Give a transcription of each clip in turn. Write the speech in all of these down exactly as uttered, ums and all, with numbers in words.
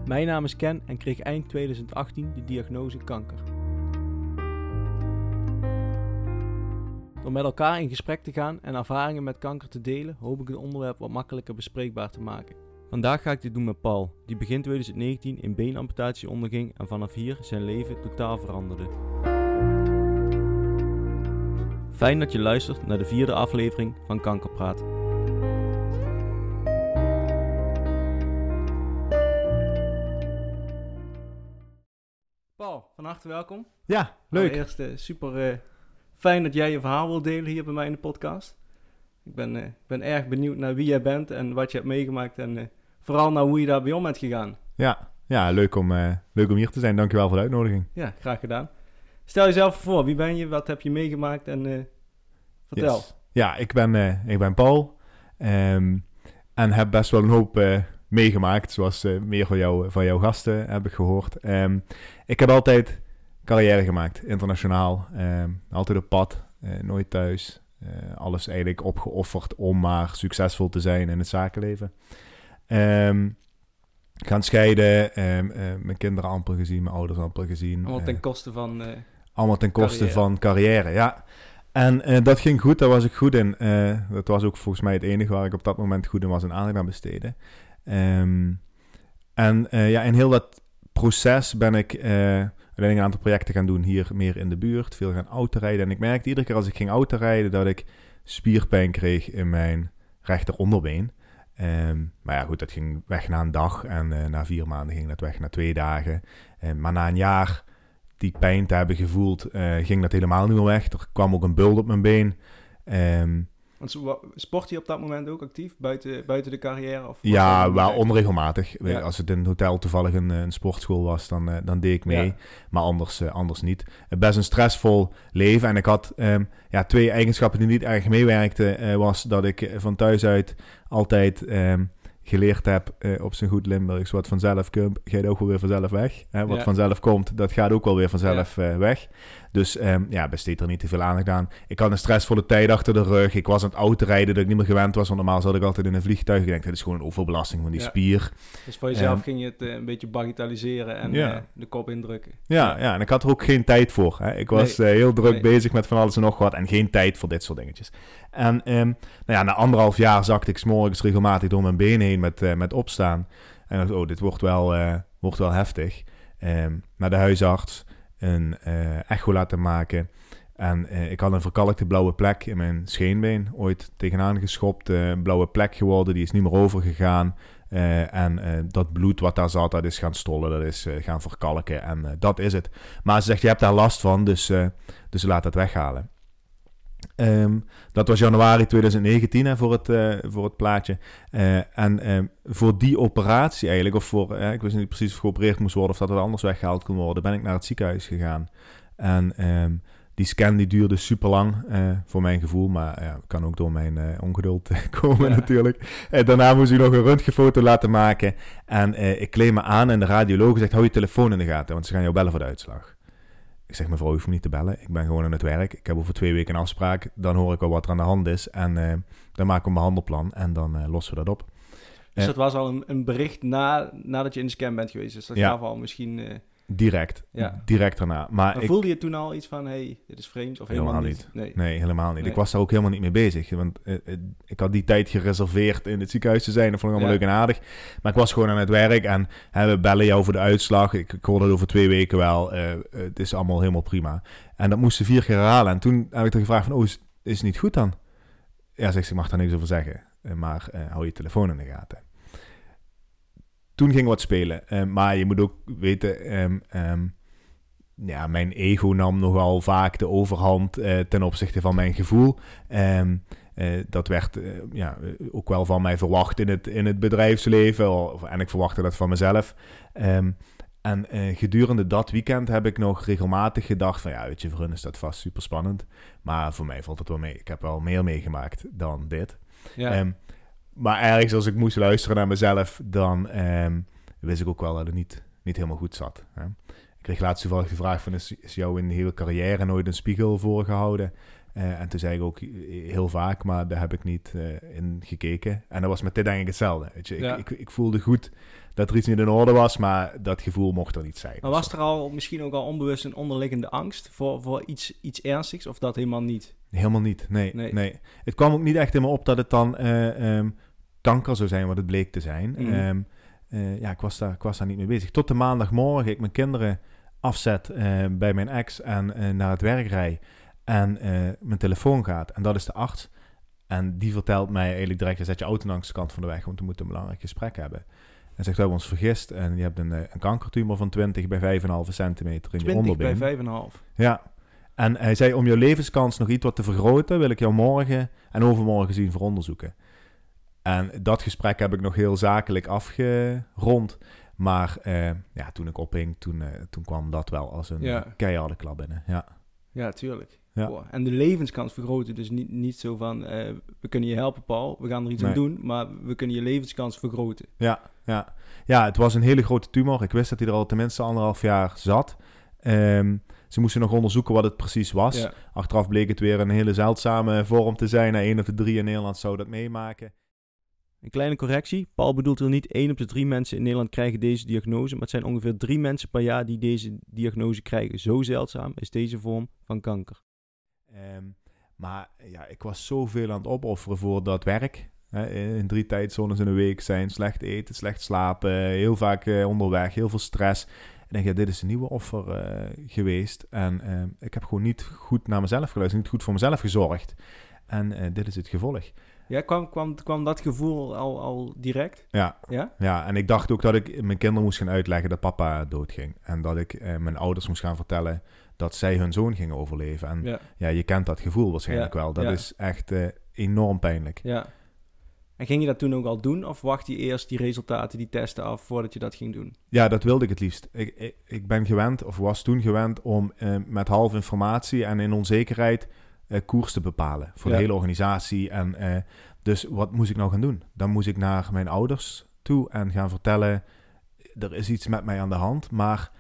Mijn naam is Ken en kreeg eind twintig achttien de diagnose kanker. Door met elkaar in gesprek te gaan en ervaringen met kanker te delen, hoop ik het onderwerp wat makkelijker bespreekbaar te maken. Vandaag ga ik dit doen met Paul, die begin twintig negentien een beenamputatie onderging en vanaf hier zijn leven totaal veranderde. Fijn dat je luistert naar de vierde aflevering van Kankerpraat. Paul, van harte welkom. Ja, leuk. Allereerst uh, super uh, fijn dat jij je verhaal wilt delen hier bij mij in de podcast. Ik ben, uh, ben erg benieuwd naar wie jij bent en wat je hebt meegemaakt en uh, vooral naar hoe je daarbij om bent gegaan. Ja, ja leuk, om, uh, leuk om hier te zijn. Dankjewel voor de uitnodiging. Ja, graag gedaan. Stel jezelf voor, wie ben je, wat heb je meegemaakt en uh, vertel. Yes. Ja, ik ben, uh, ik ben Paul um, en heb best wel een hoop uh, meegemaakt, zoals uh, meer van, jou, van jouw gasten heb ik gehoord. Um, ik heb altijd carrière gemaakt, internationaal, um, altijd op pad, uh, nooit thuis. Uh, alles eigenlijk opgeofferd om maar succesvol te zijn in het zakenleven. Um, gaan scheiden, um, uh, mijn kinderen amper gezien, mijn ouders amper gezien. Allemaal ten uh, koste van uh, Allemaal ten koste carrière. van carrière, ja. En uh, dat ging goed, daar was ik goed in. Uh, dat was ook volgens mij het enige waar ik op dat moment goed in was en aandacht aan besteden. Um, en uh, ja, in heel dat proces ben ik uh, uiteindelijk een aantal projecten gaan doen hier meer in de buurt. Veel gaan autorijden. En ik merkte iedere keer als ik ging autorijden dat ik spierpijn kreeg in mijn rechter onderbeen. Um, maar ja, goed, dat ging weg na een dag. En uh, na vier maanden ging dat weg na twee dagen. Um, maar na een jaar die pijn te hebben gevoeld, uh, ging dat helemaal niet meer weg. Er kwam ook een bult op mijn been. Um, Want sport je op dat moment ook actief, buiten, buiten de carrière? Of ja, wel onregelmatig. Ja. Als het in een hotel toevallig een, een sportschool was, dan, uh, dan deed ik mee. Ja. Maar anders, uh, anders niet. Uh, best een stressvol leven. En ik had um, ja, twee eigenschappen die niet erg meewerkten. Uh, was dat ik uh, van thuis uit altijd um, geleerd heb, uh, op zijn goed Limburgs, wat vanzelf komt, gaat ook wel weer vanzelf weg. Hè? Wat ja. vanzelf komt, dat gaat ook wel weer vanzelf ja. uh, weg. Dus um, ja, besteed er niet te veel aandacht aan. Ik had een stressvolle tijd achter de rug. Ik was aan het autorijden dat ik niet meer gewend was. Want normaal zat ik altijd in een vliegtuig. Ik denk, dit is gewoon een overbelasting van die ja. spier. Dus voor jezelf um, ging je het uh, een beetje bagatelliseren en ja. uh, de kop indrukken. Ja, ja. ja, en ik had er ook geen tijd voor. Hè. Ik was nee. uh, heel druk nee. bezig met van alles en nog wat. En geen tijd voor dit soort dingetjes. En um, nou ja, na anderhalf jaar zakte ik 's morgens regelmatig door mijn been heen met, uh, met opstaan. En dacht, oh, dit wordt wel, uh, wordt wel heftig. Um, naar de huisarts. Een uh, echo laten maken. En uh, ik had een verkalkte blauwe plek in mijn scheenbeen. Ooit tegenaan geschopt. Uh, een blauwe plek geworden. Die is niet meer overgegaan. Uh, en uh, dat bloed wat daar zat, dat is gaan stollen. Dat is uh, gaan verkalken. En uh, dat is het. Maar ze zegt, je hebt daar last van. Dus, uh, dus laat het weghalen. Um, dat was januari twintig negentien hè, voor, het, uh, voor het plaatje. Uh, en uh, voor die operatie eigenlijk, of voor, uh, ik wist niet precies of geopereerd moest worden of dat het anders weggehaald kon worden, ben ik naar het ziekenhuis gegaan. En um, die scan die duurde super lang uh, voor mijn gevoel, maar uh, kan ook door mijn uh, ongeduld komen ja. natuurlijk. Uh, daarna moest ik nog een röntgenfoto laten maken. En uh, ik kleed me aan en de radioloog zegt, hou je telefoon in de gaten, want ze gaan jou bellen voor de uitslag. Ik zeg, mevrouw, u hoeft me niet te bellen. Ik ben gewoon aan het werk. Ik heb over twee weken een afspraak. Dan hoor ik al wat er aan de hand is. En uh, dan maken we een behandelplan. En dan uh, lossen we dat op. Dus uh, dat was al een, een bericht na, nadat je in de scan bent geweest. Dus dat ja, gaf al misschien... Uh, direct. Ja. Direct daarna. Maar, maar ik, voelde je toen al iets van, hé, hey, dit is vreemd? Of helemaal, helemaal niet? niet? Nee. nee, helemaal niet. Nee. Ik was daar ook helemaal niet mee bezig. Want uh, uh, ik had die tijd gereserveerd in het ziekenhuis te zijn. Dat vond ik allemaal ja. leuk en aardig. Maar ik was gewoon aan het werk. En uh, we bellen jou voor de uitslag. Ik, ik hoorde het over twee weken wel. Uh, uh, het is allemaal helemaal prima. En dat moesten vier keer herhalen. En toen heb ik er gevraagd van, oh, is, is het niet goed dan? Ja, zegt ze, ik mag daar niks over zeggen. Uh, maar uh, hou je telefoon in de gaten. Toen ging wat spelen. Uh, maar je moet ook weten... Um, um, Ja, mijn ego nam nogal vaak de overhand uh, ten opzichte van mijn gevoel. Um, uh, dat werd uh, ja, ook wel van mij verwacht in het, in het bedrijfsleven. Of, en ik verwachtte dat van mezelf. Um, en uh, gedurende dat weekend heb ik nog regelmatig gedacht van... ja, weet je, voor hun is dat vast super spannend. Maar voor mij valt het wel mee. Ik heb wel meer meegemaakt dan dit. Ja. Um, maar ergens als ik moest luisteren naar mezelf... dan um, wist ik ook wel dat het niet, niet helemaal goed zat. Hè? Ik kreeg laatst toevallig de vraag van... is, is jou in de hele carrière nooit een spiegel voorgehouden? Uh, en toen zei ik ook heel vaak, maar daar heb ik niet uh, in gekeken. En dat was met dit denk ik hetzelfde. Weet je. Ja. Ik, ik, ik voelde goed dat er iets niet in orde was, maar dat gevoel mocht er niet zijn. Maar was er al misschien ook al onbewust een onderliggende angst voor, voor iets, iets ernstigs of dat helemaal niet? Helemaal niet, nee, nee. nee. Het kwam ook niet echt in me op dat het dan uh, um, kanker zou zijn wat het bleek te zijn. Mm. Um, uh, ja, ik was, daar, ik was daar niet mee bezig. Tot de maandagmorgen ik mijn kinderen afzet uh, bij mijn ex en uh, naar het werk rij. En uh, mijn telefoon gaat. En dat is de arts. En die vertelt mij eigenlijk direct, je zet je auto langs de kant van de weg, want we moeten een belangrijk gesprek hebben. En zegt, we hebben ons vergist. En je hebt een, een kankertumor van twintig bij vijf komma vijf centimeter in je onderbeen. twintig bij vijf komma vijf? Ja. En hij zei, om jouw levenskans nog iets wat te vergroten, wil ik jou morgen en overmorgen zien voor onderzoeken. En dat gesprek heb ik nog heel zakelijk afgerond. Maar uh, ja, toen ik ophing, toen, uh, toen kwam dat wel als een ja. keiharde klap binnen. Ja, ja tuurlijk. Ja. Oh, en de levenskans vergroten, dus niet, niet zo van, uh, we kunnen je helpen Paul, we gaan er iets nee. aan doen, maar we kunnen je levenskans vergroten. Ja, ja. ja, het was een hele grote tumor. Ik wist dat hij er al tenminste anderhalf jaar zat. Um, ze moesten nog onderzoeken wat het precies was. Ja. Achteraf bleek het weer een hele zeldzame vorm te zijn. één op de drie in Nederland zou dat meemaken. Een kleine correctie. Paul bedoelt er niet één op de drie mensen in Nederland krijgen deze diagnose, maar het zijn ongeveer drie mensen per jaar die deze diagnose krijgen. Zo zeldzaam is deze vorm van kanker. Um, maar ja, ik was zoveel aan het opofferen voor dat werk. Hè, in drie tijdzones in een week zijn, slecht eten, slecht slapen, heel vaak uh, onderweg, heel veel stress. Ik denk, ja, dit is een nieuwe offer uh, geweest. En uh, ik heb gewoon niet goed naar mezelf geluisterd, niet goed voor mezelf gezorgd. En uh, dit is het gevolg. Ja, kwam, kwam, kwam dat gevoel al, al direct? Ja. ja, ja. En ik dacht ook dat ik mijn kinderen moest gaan uitleggen dat papa doodging. En dat ik uh, mijn ouders moest gaan vertellen dat zij hun zoon gingen overleven. En ja, ja je kent dat gevoel waarschijnlijk ja. wel. Dat ja. is echt uh, enorm pijnlijk. Ja. En ging je dat toen ook al doen? Of wacht je eerst die resultaten, die testen af, voordat je dat ging doen? Ja, dat wilde ik het liefst. Ik, ik, ik ben gewend, of was toen gewend, om uh, met half informatie en in onzekerheid uh, koers te bepalen. Voor ja. de hele organisatie. En uh, dus wat moest ik nou gaan doen? Dan moest ik naar mijn ouders toe en gaan vertellen, er is iets met mij aan de hand, maar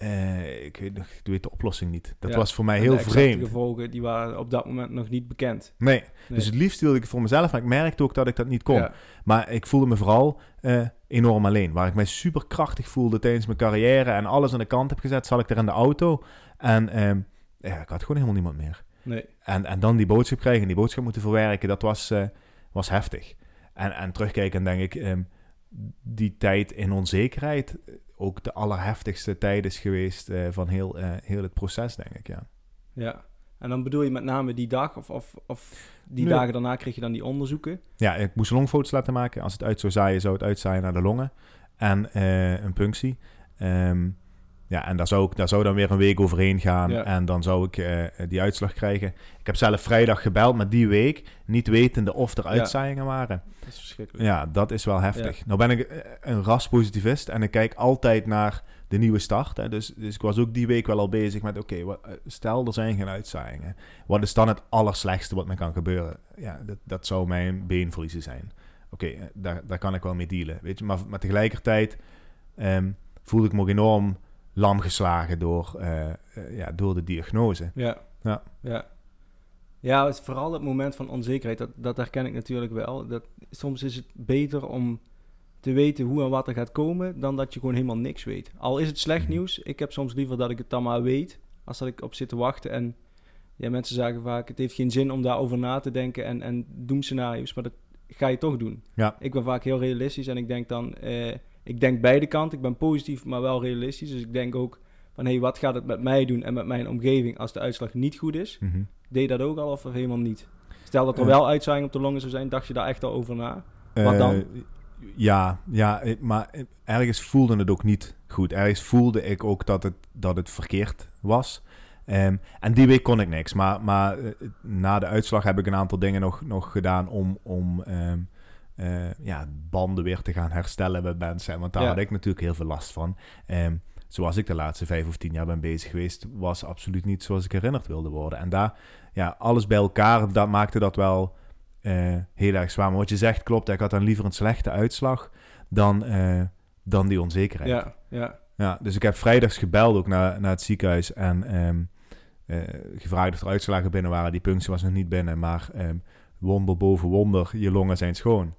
uh, ik, weet, ik weet de oplossing niet. Dat ja. was voor mij en heel vreemd. De gevolgen die waren op dat moment nog niet bekend. Nee, nee. Dus het liefst wilde ik het voor mezelf, maar ik merkte ook dat ik dat niet kon. Ja. Maar ik voelde me vooral uh, enorm alleen. Waar ik mij super krachtig voelde tijdens mijn carrière en alles aan de kant heb gezet, zat ik er in de auto en uh, ja, ik had gewoon helemaal niemand meer. Nee. En, en dan die boodschap krijgen en die boodschap moeten verwerken, dat was, uh, was heftig. En, en terugkijken denk ik, um, die tijd in onzekerheid ook de allerheftigste tijd is geweest uh, van heel, uh, heel het proces, denk ik, ja. Ja, en dan bedoel je met name die dag of, of, of die nee. dagen daarna kreeg je dan die onderzoeken? Ja, ik moest longfoto's laten maken. Als het uit zou zaaien, zou het uitzaaien naar de longen en uh, een punctie. Um, Ja, en daar zou, ik, daar zou dan weer een week overheen gaan ja. en dan zou ik uh, die uitslag krijgen. Ik heb zelf vrijdag gebeld, maar die week niet wetende of er uitzaaiingen ja. waren. Dat is verschrikkelijk. Ja, dat is wel heftig. Ja. Nou ben ik een raspositivist en ik kijk altijd naar de nieuwe start. Hè. Dus, dus ik was ook die week wel al bezig met, oké, okay, stel er zijn geen uitzaaiingen. Wat is dan het allerslechtste wat me kan gebeuren? Ja, dat, dat zou mijn beenverliezen zijn. Oké, okay, daar, daar kan ik wel mee dealen. Weet je? Maar, maar tegelijkertijd um, voelde ik me ook enorm lam geslagen door, uh, uh, ja, door de diagnose. Ja, ja. ja. Ja, het is vooral het moment van onzekerheid, dat, dat herken ik natuurlijk wel. Dat, soms is het beter om te weten hoe en wat er gaat komen, dan dat je gewoon helemaal niks weet. Al is het slecht nieuws, ik heb soms liever dat ik het dan maar weet, als dat ik op zit te wachten. En ja, mensen zeggen vaak, het heeft geen zin om daarover na te denken en, en doemscenario's, maar dat ga je toch doen. Ja. Ik ben vaak heel realistisch en ik denk dan... Uh, Ik denk beide kanten. Ik ben positief, maar wel realistisch. Dus ik denk ook van, hé, hey, wat gaat het met mij doen en met mijn omgeving als de uitslag niet goed is? Mm-hmm. Deed je dat ook al of helemaal niet? Stel dat er uh, wel uitzaaiing op de longen zou zijn, dacht je daar echt al over na? Wat uh, dan? Ja, ja, maar ergens voelde het ook niet goed. Ergens voelde ik ook dat het, dat het verkeerd was. Um, en die week kon ik niks. Maar, maar uh, na de uitslag heb ik een aantal dingen nog, nog gedaan om... om um, Uh, ja, banden weer te gaan herstellen met mensen. Want daar ja. had ik natuurlijk heel veel last van. Um, zoals ik de laatste vijf of tien jaar ben bezig geweest, was absoluut niet zoals ik herinnerd wilde worden. En daar, ja, alles bij elkaar, dat maakte dat wel uh, heel erg zwaar. Maar wat je zegt klopt, ik had dan liever een slechte uitslag dan, uh, dan die onzekerheid. Ja, ja. Ja, dus ik heb vrijdags gebeld ook naar, naar het ziekenhuis en... Um, uh, gevraagd of er uitslagen binnen waren. Die punctie was nog niet binnen, maar um, wonder boven wonder, je longen zijn schoon.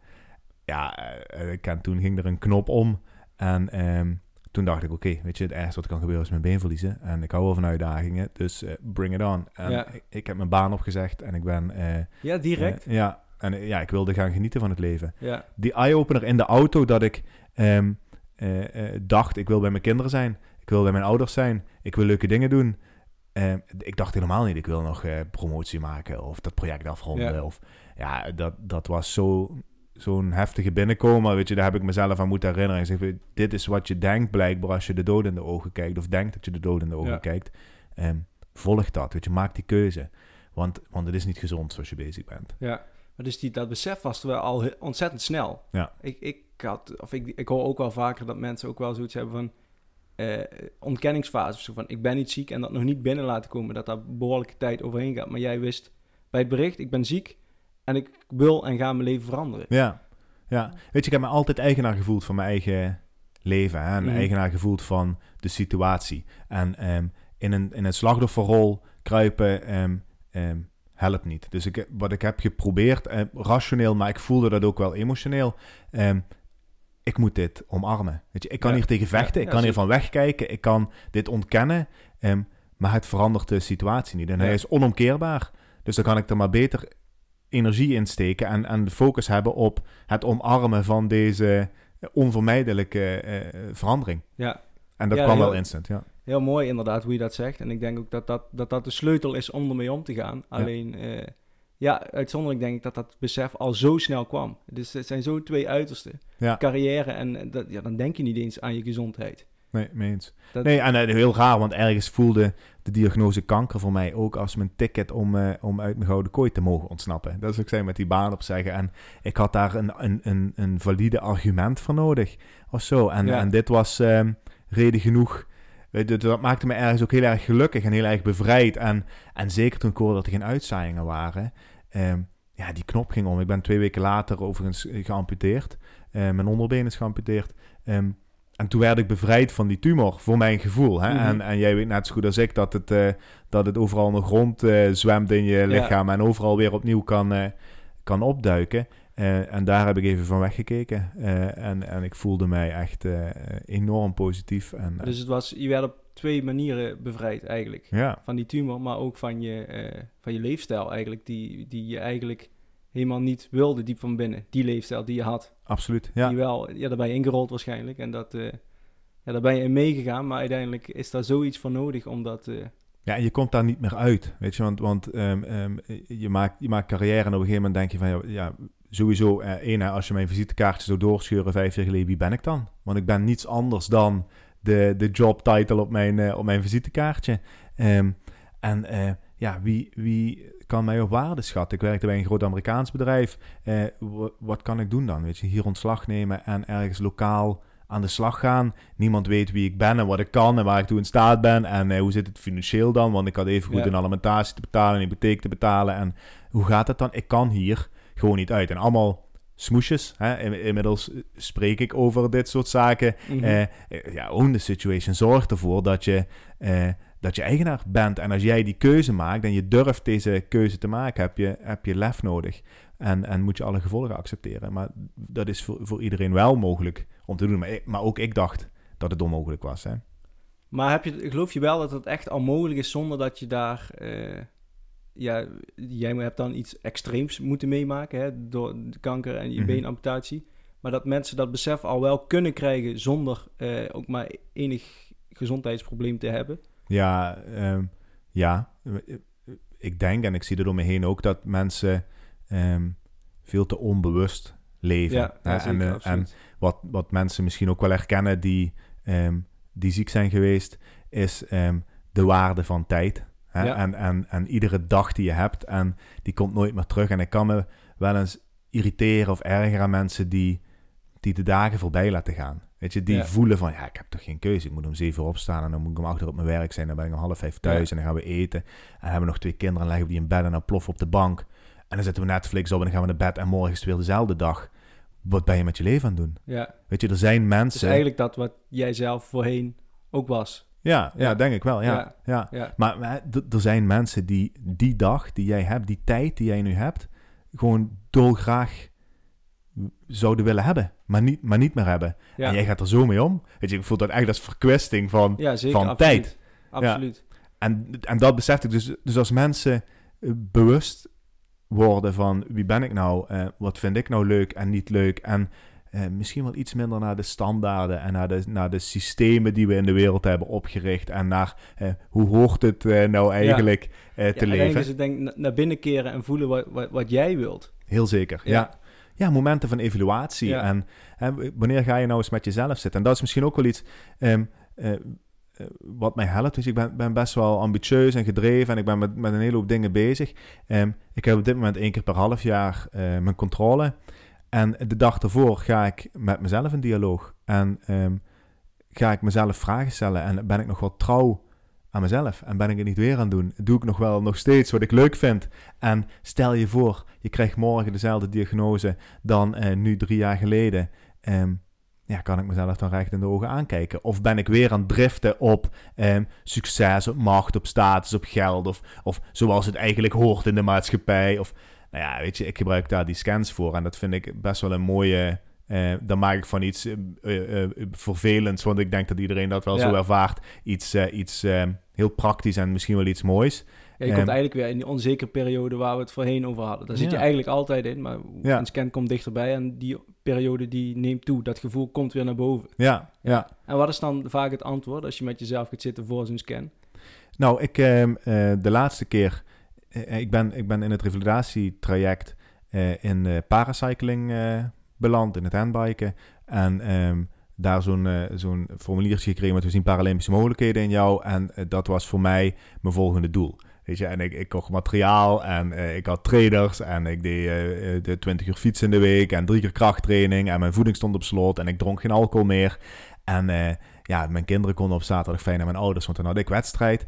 Ja, uh, en toen ging er een knop om en um, toen dacht ik, oké, okay, weet je, het ergste wat kan gebeuren is mijn been verliezen. En ik hou wel van uitdagingen, dus uh, bring it on. En ja. ik, ik heb mijn baan opgezegd en ik ben... Uh, ja, direct? Uh, ja, en uh, ja, ik wilde gaan genieten van het leven. Ja. Die eye-opener in de auto dat ik um, uh, uh, dacht, ik wil bij mijn kinderen zijn. Ik wil bij mijn ouders zijn. Ik wil leuke dingen doen. Uh, ik dacht helemaal niet, ik wil nog uh, promotie maken of dat project afronden. Ja, of, ja dat, dat was zo... zo'n heftige binnenkomen, weet je, daar heb ik mezelf aan moeten herinneren. Ik zeg, dit is wat je denkt blijkbaar als je de dood in de ogen kijkt, of denkt dat je de dood in de ogen ja. kijkt. Um, volg dat, weet je, maak die keuze. Want, want het is niet gezond zoals je bezig bent. Ja, maar dus die, dat besef was er wel al he- ontzettend snel. Ja. Ik, ik, had, of ik, ik hoor ook wel vaker dat mensen ook wel zoiets hebben van uh, ontkenningsfase. Zo van, ik ben niet ziek en dat nog niet binnen laten komen, dat daar behoorlijke tijd overheen gaat. Maar jij wist bij het bericht, ik ben ziek, en ik wil en ga mijn leven veranderen. Ja, ja. Weet je, ik heb me altijd eigenaar gevoeld van mijn eigen leven. Hè? En mm. eigenaar gevoeld van de situatie. En um, in, een, in een slachtofferrol kruipen um, um, helpt niet. Dus ik, wat ik heb geprobeerd, uh, rationeel, maar ik voelde dat ook wel emotioneel. Um, ik moet dit omarmen. Weet je, ik kan ja. hier tegen vechten, ja, ik kan ja, hier van wegkijken, ik kan dit ontkennen. Um, maar het verandert de situatie niet. En ja. hij is onomkeerbaar. Dus dan kan ik er maar beter energie insteken en, en de focus hebben op het omarmen van deze onvermijdelijke uh, verandering. Ja. En dat ja, kwam heel, wel instant, ja. Heel mooi inderdaad hoe je dat zegt. En ik denk ook dat dat, dat, dat de sleutel is om ermee om te gaan. Alleen, ja, uh, ja uitzonderlijk denk ik dat dat besef al zo snel kwam. Dus het zijn zo twee uitersten. Ja. Carrière en dat, ja, dan denk je niet eens aan je gezondheid. Nee, mee eens. Dat... Nee, en uh, heel raar, want ergens voelde de diagnose kanker voor mij ook als mijn ticket om, uh, om uit mijn gouden kooi te mogen ontsnappen. Dat is ook zijn met die baan opzeggen. En ik had daar een, een, een, een valide argument voor nodig, of zo. En, ja. en dit was um, reden genoeg. Dat, dat maakte me ergens ook heel erg gelukkig en heel erg bevrijd. En, en zeker toen ik hoorde dat er geen uitzaaiingen waren, um, ja, die knop ging om. Ik ben twee weken later overigens geamputeerd. Uh, mijn onderbeen is geamputeerd. Um, En toen werd ik bevrijd van die tumor, voor mijn gevoel. Hè? Mm-hmm. En, en jij weet net zo goed als ik dat het, uh, dat het overal nog rond uh, zwemt in je lichaam. Ja. En overal weer opnieuw kan, uh, kan opduiken. Uh, en daar heb ik even van weggekeken. Uh, en, en ik voelde mij echt uh, enorm positief. En, uh, dus het was, je werd op twee manieren bevrijd eigenlijk. Ja. Van die tumor, maar ook van je, uh, van je leefstijl eigenlijk. Die, die je eigenlijk helemaal niet wilde diep van binnen. Die leefstijl die je had. Absoluut, ja. Die wel, ja, daar ben je ingerold waarschijnlijk. En dat, uh, ja, daar ben je in meegegaan. Maar uiteindelijk is daar zoiets voor nodig om dat... Uh... Ja, en je komt daar niet meer uit, weet je. Want, want um, um, je, maakt, je maakt carrière en op een gegeven moment denk je van... Ja, ja sowieso, uh, één, als je mijn visitekaartje zou doorscheuren vijf jaar geleden, wie ben ik dan? Want ik ben niets anders dan de, de job title op mijn, uh, op mijn visitekaartje. Um, en uh, ja, wie... wie kan mij op waarde schatten. Ik werkte bij een groot Amerikaans bedrijf. Uh, w- wat kan ik doen dan? Weet je, hier ontslag nemen en ergens lokaal aan de slag gaan. Niemand weet wie ik ben en wat ik kan en waar ik toe in staat ben. En uh, hoe zit het financieel dan? Want ik had even goed ja. een alimentatie te betalen, een hypotheek te betalen. En hoe gaat het dan? Ik kan hier gewoon niet uit. En allemaal smoesjes. Hè? In, inmiddels spreek ik over dit soort zaken. Mm-hmm. Uh, ja, own the situation. Zorg ervoor dat je... Uh, dat je eigenaar bent. En als jij die keuze maakt en je durft deze keuze te maken, heb je, heb je lef nodig. En, en moet je alle gevolgen accepteren. Maar dat is voor, voor iedereen wel mogelijk om te doen. Maar, ik, maar ook ik dacht dat het onmogelijk was. Hè? Maar heb je, geloof je wel dat het echt al mogelijk is zonder dat je daar... Uh, ja, jij hebt dan iets extreems moeten meemaken, hè, door de kanker en je mm-hmm. beenamputatie. Maar dat mensen dat besef al wel kunnen krijgen zonder uh, ook maar enig gezondheidsprobleem te hebben. Ja, um, ja, ik denk en ik zie er door me heen ook dat mensen um, veel te onbewust leven. Ja, ja, zeker, en, uh, en wat, wat mensen misschien ook wel herkennen die, um, die ziek zijn geweest, is um, de waarde van tijd. Hè? Ja. En, en, en iedere dag die je hebt en die komt nooit meer terug. En ik kan me wel eens irriteren of ergeren aan mensen die, die de dagen voorbij laten gaan. Weet je, die ja. voelen van, ja, ik heb toch geen keuze. Ik moet om zeven uur opstaan en dan moet ik om acht uur op mijn werk zijn. Dan ben ik om half vijf thuis ja. en dan gaan we eten. En hebben we nog twee kinderen en leggen we die in bed en dan ploffen op de bank. En dan zetten we Netflix op en dan gaan we naar bed en morgen is het weer dezelfde dag. Wat ben je met je leven aan het doen? Ja. Weet je, er zijn mensen... Het is eigenlijk dat wat jij zelf voorheen ook was. Ja, ja, Ja. denk ik wel, ja. Ja. ja. Ja. Maar, maar d- er zijn mensen die die dag die jij hebt, die tijd die jij nu hebt, gewoon dolgraag zouden willen hebben, maar niet, maar niet meer hebben. Ja. En jij gaat er zo mee om. Weet je, ik voel dat eigenlijk als verkwisting van, Ja, zeker, van absoluut. tijd. Absoluut. En, en dat besef ik dus. Dus als mensen uh, bewust worden van wie ben ik nou, uh, wat vind ik nou leuk en niet leuk, en uh, misschien wel iets minder naar de standaarden en naar de, naar de systemen die we in de wereld hebben opgericht en naar uh, hoe hoort het uh, nou eigenlijk uh, te Ja, leven. uiteindelijk is het denk ik naar binnen keren en voelen wat, wat, wat jij wilt. Heel zeker, ja. Ja. Ja, momenten van evaluatie. Ja. En hè, wanneer ga je nou eens met jezelf zitten? En dat is misschien ook wel iets um, uh, uh, wat mij helpt. Dus ik ben, ben best wel ambitieus en gedreven en ik ben met, met een hele hoop dingen bezig. Um, ik heb op dit moment één keer per half jaar uh, mijn controle. En de dag ervoor ga ik met mezelf in dialoog. En um, ga ik mezelf vragen stellen. En ben ik nog wel trouw aan mezelf? En ben ik het niet weer aan het doen? Doe ik nog wel nog steeds wat ik leuk vind? En stel je voor, je krijgt morgen dezelfde diagnose dan uh, nu drie jaar geleden. Um, ja, kan ik mezelf dan recht in de ogen aankijken? Of ben ik weer aan het driften op um, succes, op macht, op status, op geld? Of, of zoals het eigenlijk hoort in de maatschappij? Of, nou ja, weet je, ik gebruik daar die scans voor. En dat vind ik best wel een mooie... Uh, dan maak ik van iets uh, uh, uh, vervelends, want ik denk dat iedereen dat wel Ja. zo ervaart. Iets, uh, iets uh, heel praktisch en misschien wel iets moois. Ja, je Um, komt eigenlijk weer in die onzekere periode waar we het voorheen over hadden. Daar zit Ja. je eigenlijk altijd in, maar Ja. een scan komt dichterbij en die periode die neemt toe. Dat gevoel komt weer naar boven. Ja, ja. En wat is dan vaak het antwoord als je met jezelf gaat zitten voor zo'n scan? Nou, ik uh, uh, de laatste keer, uh, ik, ben, ik ben in het revalidatietraject uh, in uh, paracycling uh, beland, in het handbiken. En um, daar zo'n, uh, zo'n formuliertje gekregen met we zien Paralympische mogelijkheden in jou. En uh, dat was voor mij mijn volgende doel. Weet je, en ik, ik kocht materiaal en uh, ik had trainers en ik deed uh, de twintig uur fietsen in de week en drie keer krachttraining en mijn voeding stond op slot en ik dronk geen alcohol meer. En uh, ja, mijn kinderen konden op zaterdag fijn naar mijn ouders, want dan had ik wedstrijd.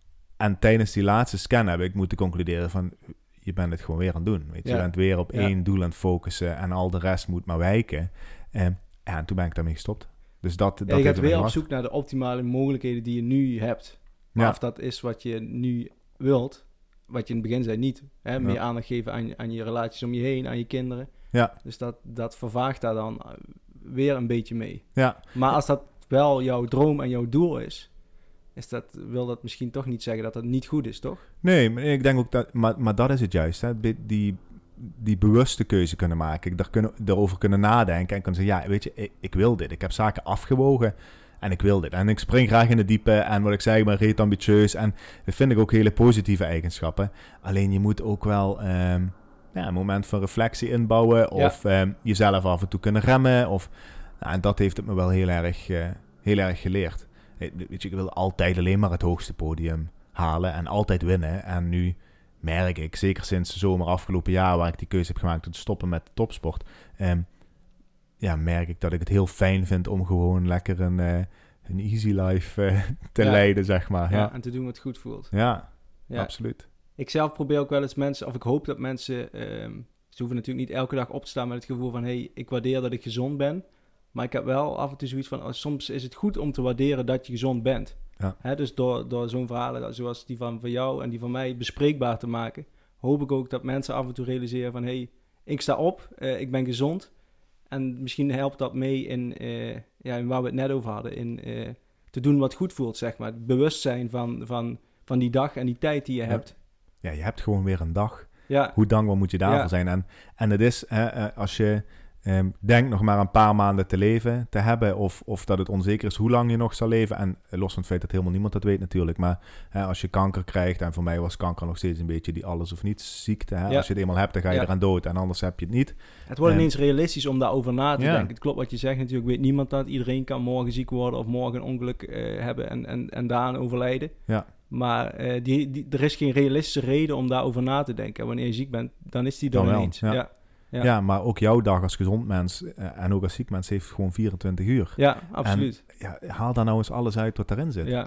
En tijdens die laatste scan heb ik moeten concluderen van, je bent het gewoon weer aan het doen. Weet je, Ja. je bent weer op Ja. één doel aan het focussen en al de rest moet maar wijken. Uh, ja, en toen ben ik daarmee gestopt. Dus dat, Ja, dat je heeft gaat me weer op gebracht. zoek naar de optimale mogelijkheden die je nu hebt. Maar Ja. of dat is wat je nu wilt, wat je in het begin zei niet. Hè? Meer Ja. aandacht geven aan, aan je relaties om je heen, aan je kinderen. Ja. Dus dat, dat vervaagt daar dan weer een beetje mee. Ja. Maar als dat wel jouw droom en jouw doel is, is dat, wil dat misschien toch niet zeggen dat dat niet goed is, toch? Nee, maar ik denk ook dat, maar, maar dat is het juist, hè? Die, die bewuste keuze kunnen maken, daar kunnen, erover kunnen nadenken en kunnen zeggen, ja, weet je, ik, ik wil dit, ik heb zaken afgewogen en ik wil dit. En ik spring graag in de diepe en wat ik zei, ik ben reet ambitieus en dat vind ik ook hele positieve eigenschappen. Alleen je moet ook wel um, ja, een moment van reflectie inbouwen of ja. um, jezelf af en toe kunnen remmen. Of, nou, en dat heeft het me wel heel erg, uh, heel erg geleerd. Weet je, ik wil altijd alleen maar het hoogste podium halen en altijd winnen. En nu merk ik, zeker sinds de zomer afgelopen jaar, waar ik die keuze heb gemaakt om te stoppen met topsport, um, ja, merk ik dat ik het heel fijn vind om gewoon lekker een, uh, een easy life uh, te ja. leiden, zeg maar. Ja, Ja, en te doen wat goed voelt. ja, Ja. absoluut. Ik zelf probeer ook wel eens mensen, of ik hoop dat mensen, um, ze hoeven natuurlijk niet elke dag op te staan met het gevoel van, hey, ik waardeer dat ik gezond ben. Maar ik heb wel af en toe zoiets van, oh, soms is het goed om te waarderen dat je gezond bent. Ja. Hè, dus door, door zo'n verhalen zoals die van, van jou en die van mij bespreekbaar te maken, hoop ik ook dat mensen af en toe realiseren van, hey, ik sta op, uh, ik ben gezond. En misschien helpt dat mee in, uh, ja, in waar we het net over hadden, in uh, te doen wat goed voelt, zeg maar. Het bewustzijn van, van, van die dag en die tijd die je Ja. hebt. Ja, je hebt gewoon weer een dag. Ja, Hoe dankbaar moet je daarvoor Ja. zijn? En, en het is, hè, als je um, denkt nog maar een paar maanden te leven, te hebben, of, of dat het onzeker is hoe lang je nog zal leven. En los van het feit dat helemaal niemand dat weet natuurlijk. Maar hè, als je kanker krijgt, en voor mij was kanker nog steeds een beetje die alles of niets ziekte. Hè? Ja. Als je het eenmaal hebt, dan ga je Ja. eraan dood. En anders heb je het niet. het wordt En- ineens realistisch om daarover na te Ja. denken. Het klopt wat je zegt natuurlijk, weet niemand dat. Iedereen kan morgen ziek worden of morgen een ongeluk uh, hebben en, en, en daaraan overlijden. Ja. Maar uh, die, die, er is geen realistische reden om daarover na te denken. Wanneer je ziek bent, dan is die er Dan wel, ineens. ja. Ja. Ja. Ja. maar ook jouw dag als gezond mens uh, en ook als ziek mens heeft gewoon vierentwintig uur. Ja, absoluut. Ja, haal daar nou eens alles uit wat erin zit. Ja.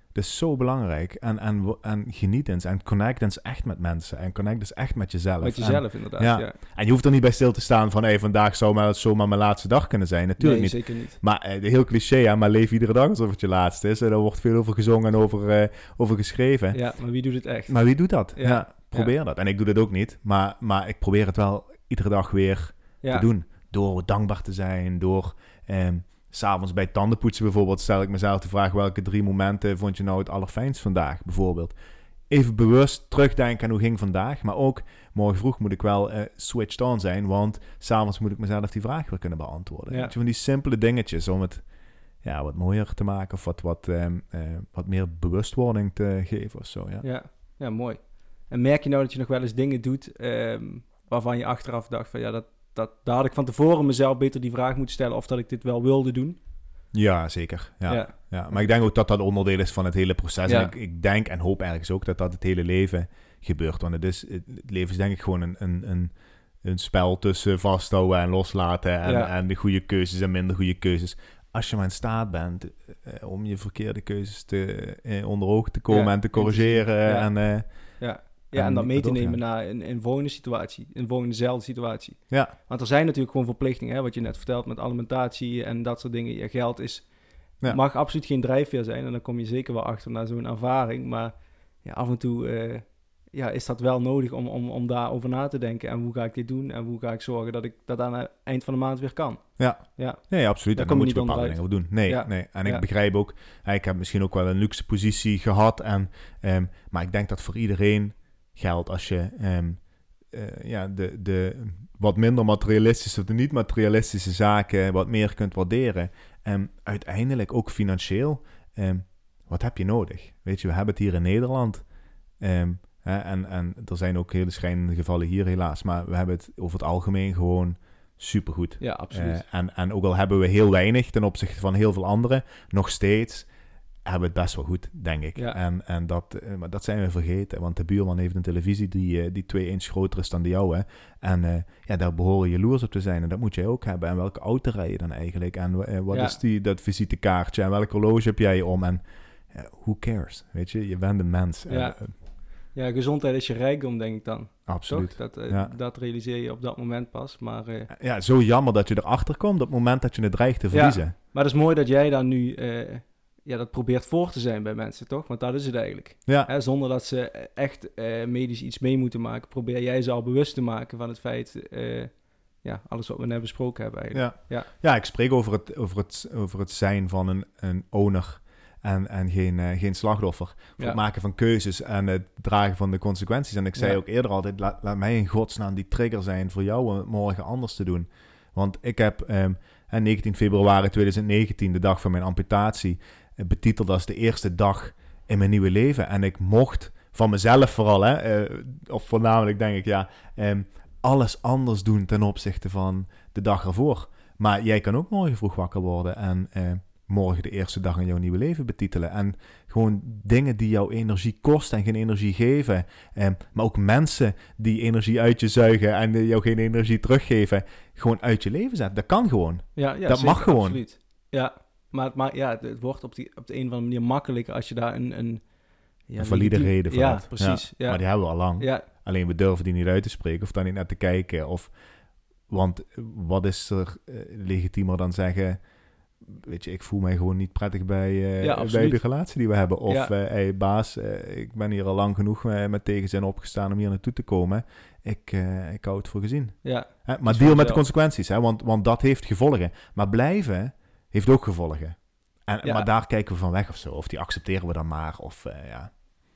Dat is zo belangrijk. En, en, en geniet eens. En connect eens echt met mensen. En connect eens echt met jezelf. Met jezelf, en, inderdaad. Ja. Ja. En je hoeft er niet bij stil te staan van... Hey, vandaag zou maar zomaar mijn laatste dag kunnen zijn. Natuurlijk nee, niet. zeker niet. Maar uh, heel cliché, hè? Maar leef iedere dag alsof het je laatste is. En daar wordt veel over gezongen en over, uh, over geschreven. Ja, maar wie doet het echt? Maar wie doet dat? Ja, Ja. probeer Ja. dat. En ik doe dat ook niet. Maar, maar ik probeer het wel iedere dag weer Ja. te doen. Door dankbaar te zijn. Door... Um, S'avonds bij tandenpoetsen bijvoorbeeld stel ik mezelf de vraag... welke drie momenten vond je nou het allerfijnst vandaag bijvoorbeeld? Even bewust terugdenken aan hoe ging vandaag. Maar ook morgen vroeg moet ik wel uh, switched on zijn... want s'avonds moet ik mezelf die vraag weer kunnen beantwoorden. Ja. Weet je, van die simpele dingetjes om het ja, wat mooier te maken... of wat, wat, um, uh, wat meer bewustwording te geven of zo. Ja. Ja. Ja, mooi. En merk je nou dat je nog wel eens dingen doet... Um, waarvan je achteraf dacht van... ja, dat Dat, daar had ik van tevoren mezelf beter die vraag moeten stellen... of dat ik dit wel wilde doen. Ja, zeker. Ja. Ja. Ja. Maar ik denk ook dat dat onderdeel is van het hele proces. Ja. En ik, ik denk en hoop ergens ook dat dat het hele leven gebeurt. Want het, is, het leven is denk ik gewoon een, een, een, een spel tussen vasthouden en loslaten... En, Ja. en de goede keuzes en minder goede keuzes. Als je maar in staat bent uh, om je verkeerde keuzes te, uh, onder ogen te komen... Ja. en te corrigeren. Ja. En, uh, Ja. Ja, en, En dat mee te dat ook, nemen ja. naar een, een volgende situatie. Een volgendezelfde situatie. ja. Want er zijn natuurlijk gewoon verplichtingen. Hè, wat je net vertelt met alimentatie en dat soort dingen. Je geld is, Ja. mag absoluut geen drijfveer zijn. En dan kom je zeker wel achter naar zo'n ervaring. Maar ja, af en toe uh, ja, is dat wel nodig om, om, om daarover na te denken. En hoe ga ik dit doen? En hoe ga ik zorgen dat ik dat aan het eind van de maand weer kan? Ja, Ja. nee, absoluut. Daar En dan kom moet je je niet bepaalde dingen doen. Nee, Ja. nee. En ik Ja. begrijp ook, hè, ik heb misschien ook wel een luxe positie gehad. En, um, maar ik denk dat voor iedereen geldt als je um, uh, ja, de, de wat minder materialistische of de niet-materialistische zaken wat meer kunt waarderen. En uiteindelijk ook financieel. Um, wat heb je nodig? Weet je, we hebben het hier in Nederland. Um, hè, en, en er zijn ook hele schrijnende gevallen hier helaas. Maar we hebben het over het algemeen gewoon supergoed. Ja, absoluut. Uh, en, en ook al hebben we heel weinig ten opzichte van heel veel anderen, nog steeds hebben we het best wel goed, denk ik. Ja. En, en dat, uh, maar dat zijn we vergeten, want de buurman heeft een televisie die, uh, die twee inch groter is dan de jouwe. En uh, ja, daar behoren je jaloers op te zijn en dat moet jij ook hebben. En welke auto rij je dan eigenlijk? En uh, wat Ja. is die, dat visitekaartje? En welk horloge heb jij om? En uh, who cares? Weet je, je bent een mens. Ja. En, uh, Ja, gezondheid is je rijkdom, denk ik dan. absoluut. Toch? Dat, uh, Ja. dat realiseer je op dat moment pas. Maar, uh, Ja, zo jammer dat je erachter komt op het moment dat je het dreigt te verliezen. Ja. maar het is mooi dat jij daar nu uh, ja, dat probeert voor te zijn bij mensen, toch? Want dat is het eigenlijk. Ja. Hè, zonder dat ze echt uh, medisch iets mee moeten maken, probeer jij ze al bewust te maken van het feit, uh, ja, alles wat we net besproken hebben eigenlijk. Ja, Ja. ja ik spreek over het, over het, over het zijn van een, een owner en, en geen, uh, geen slachtoffer. Voor Ja. het maken van keuzes en het dragen van de consequenties. En ik zei Ja. ook eerder altijd, laat, laat mij in godsnaam die trigger zijn voor jou om het morgen anders te doen. Want ik heb um, negentien februari tweeduizend negentien, de dag van mijn amputatie, uh, betiteld als de eerste dag in mijn nieuwe leven. En ik mocht van mezelf vooral, hè, uh, of voornamelijk denk ik, ja, um, alles anders doen ten opzichte van de dag ervoor. Maar jij kan ook morgen vroeg wakker worden en uh, morgen de eerste dag in jouw nieuwe leven betitelen. En gewoon dingen die jouw energie kosten en geen energie geven. Um, maar ook mensen die energie uit je zuigen en uh, jou geen energie teruggeven, gewoon uit je leven zetten. Dat kan gewoon. Ja, ja, Dat zeker, mag gewoon. Absoluut. Ja, maar, maar ja, het, het wordt op, die, op de een of andere manier makkelijker als je daar een... Een, ja, een valide legitiem- reden voor Ja, hebt. precies. Ja. Maar die hebben we al lang. Ja, Alleen we durven die niet uit te spreken of daar niet naar te kijken. Of, want wat is er uh, legitiemer dan zeggen, weet je, ik voel mij gewoon niet prettig bij, uh, Ja, bij absoluut. de relatie die we hebben. Of, Ja. uh, hey baas, uh, ik ben hier al lang genoeg uh, met tegenzin opgestaan om hier naartoe te komen. Ik, uh, ik hou het voor gezien. ja, Hè? Maar is deal voor met de jezelf. consequenties, hè? Want, want dat heeft gevolgen. Maar blijven heeft ook gevolgen. En, Ja. Maar daar kijken we van weg of zo. Of die accepteren we dan maar. Of uh, ja...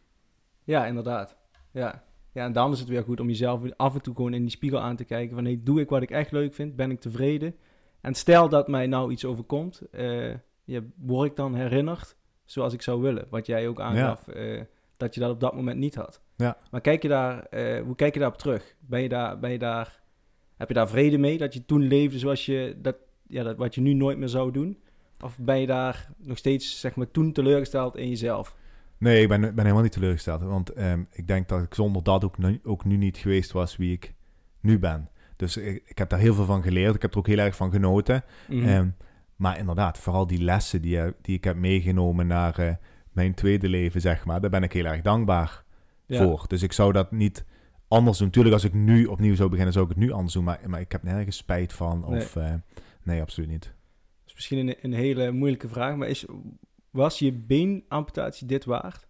ja, inderdaad. Ja. Ja, en dan is het weer goed om jezelf af en toe gewoon in die spiegel aan te kijken van, hey, doe ik wat ik echt leuk vind? Ben ik tevreden? En stel dat mij nou iets overkomt, uh, ja, word ik dan herinnerd zoals ik zou willen? Wat jij ook aangaf, ja. uh, dat je dat op dat moment niet had. Ja. Maar kijk je daar, uh, hoe kijk je daarop terug? Ben je daar, ben je daar, heb je daar vrede mee dat je toen leefde zoals je, dat, ja, dat, wat je nu nooit meer zou doen? Of ben je daar nog steeds, zeg maar, toen teleurgesteld in jezelf? Nee, ik ben, ben helemaal niet teleurgesteld. Want um, ik denk dat ik zonder dat ook nu, ook nu niet geweest was wie ik nu ben. Dus ik, ik heb daar heel veel van geleerd. Ik heb er ook heel erg van genoten. Mm-hmm. Um, maar inderdaad, vooral die lessen die, die ik heb meegenomen naar, uh, mijn tweede leven, zeg maar. Daar ben ik heel erg dankbaar Ja. voor. Dus ik zou dat niet anders doen. Natuurlijk, als ik nu opnieuw zou beginnen, zou ik het nu anders doen. Maar, maar ik heb nergens spijt van. Of, nee. Uh, nee, absoluut niet. Dat is misschien een, een hele moeilijke vraag. Maar is, was je beenamputatie dit waard?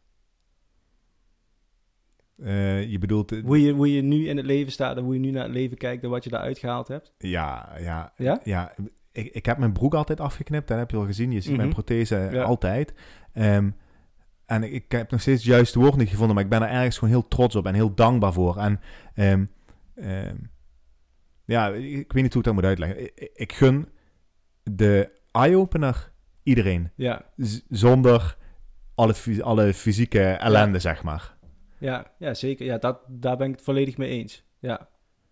Uh, je bedoelt... Uh, hoe, je, hoe je nu in het leven staat en hoe je nu naar het leven kijkt en wat je daaruit gehaald hebt? Ja, ja. Ja? ja ik, ik heb mijn broek altijd afgeknipt. Dat heb je al gezien. Je ziet mm-hmm. mijn prothese ja. altijd. Um, en ik, ik heb nog steeds het juiste woord niet gevonden, maar ik ben er ergens gewoon heel trots op en heel dankbaar voor. En um, um, ja, ik weet niet hoe ik dat moet uitleggen. Ik, ik gun de eye-opener iedereen. Ja. Z- zonder alle, alle fysieke ellende, ja. zeg maar. Ja, ja zeker. Ja, dat, daar ben ik het volledig mee eens. Ja.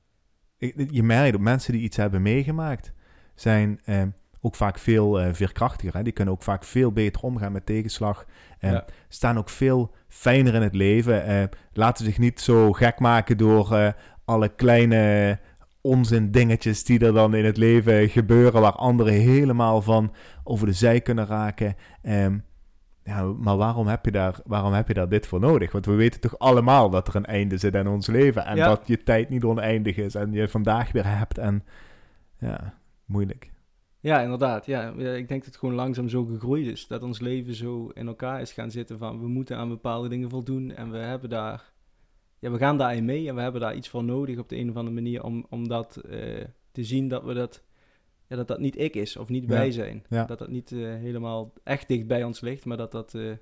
Ik, je merkt dat mensen die iets hebben meegemaakt, zijn eh, ook vaak veel uh, veerkrachtiger. Hè? Die kunnen ook vaak veel beter omgaan met tegenslag. Eh, ja. Staan ook veel fijner in het leven. Eh, laten zich niet zo gek maken door uh, alle kleine onzin dingetjes die er dan in het leven gebeuren, waar anderen helemaal van over de zij kunnen raken. Um, ja, maar waarom heb, je daar, waarom heb je daar dit voor nodig? Want we weten toch allemaal dat er een einde zit aan ons leven. En ja. dat je tijd niet oneindig is. En je vandaag weer hebt. En ja, moeilijk. Ja, inderdaad. Ja. Ik denk dat het gewoon langzaam zo gegroeid is. Dat ons leven zo in elkaar is gaan zitten van we moeten aan bepaalde dingen voldoen. En we hebben daar... Ja, we gaan daarin mee. En we hebben daar iets voor nodig op de een of andere manier. Om, om dat uh, te zien dat we dat... Ja, dat dat niet ik is of niet wij ja, zijn. Ja. Dat dat niet uh, helemaal echt dicht bij ons ligt, maar dat dat... Uh,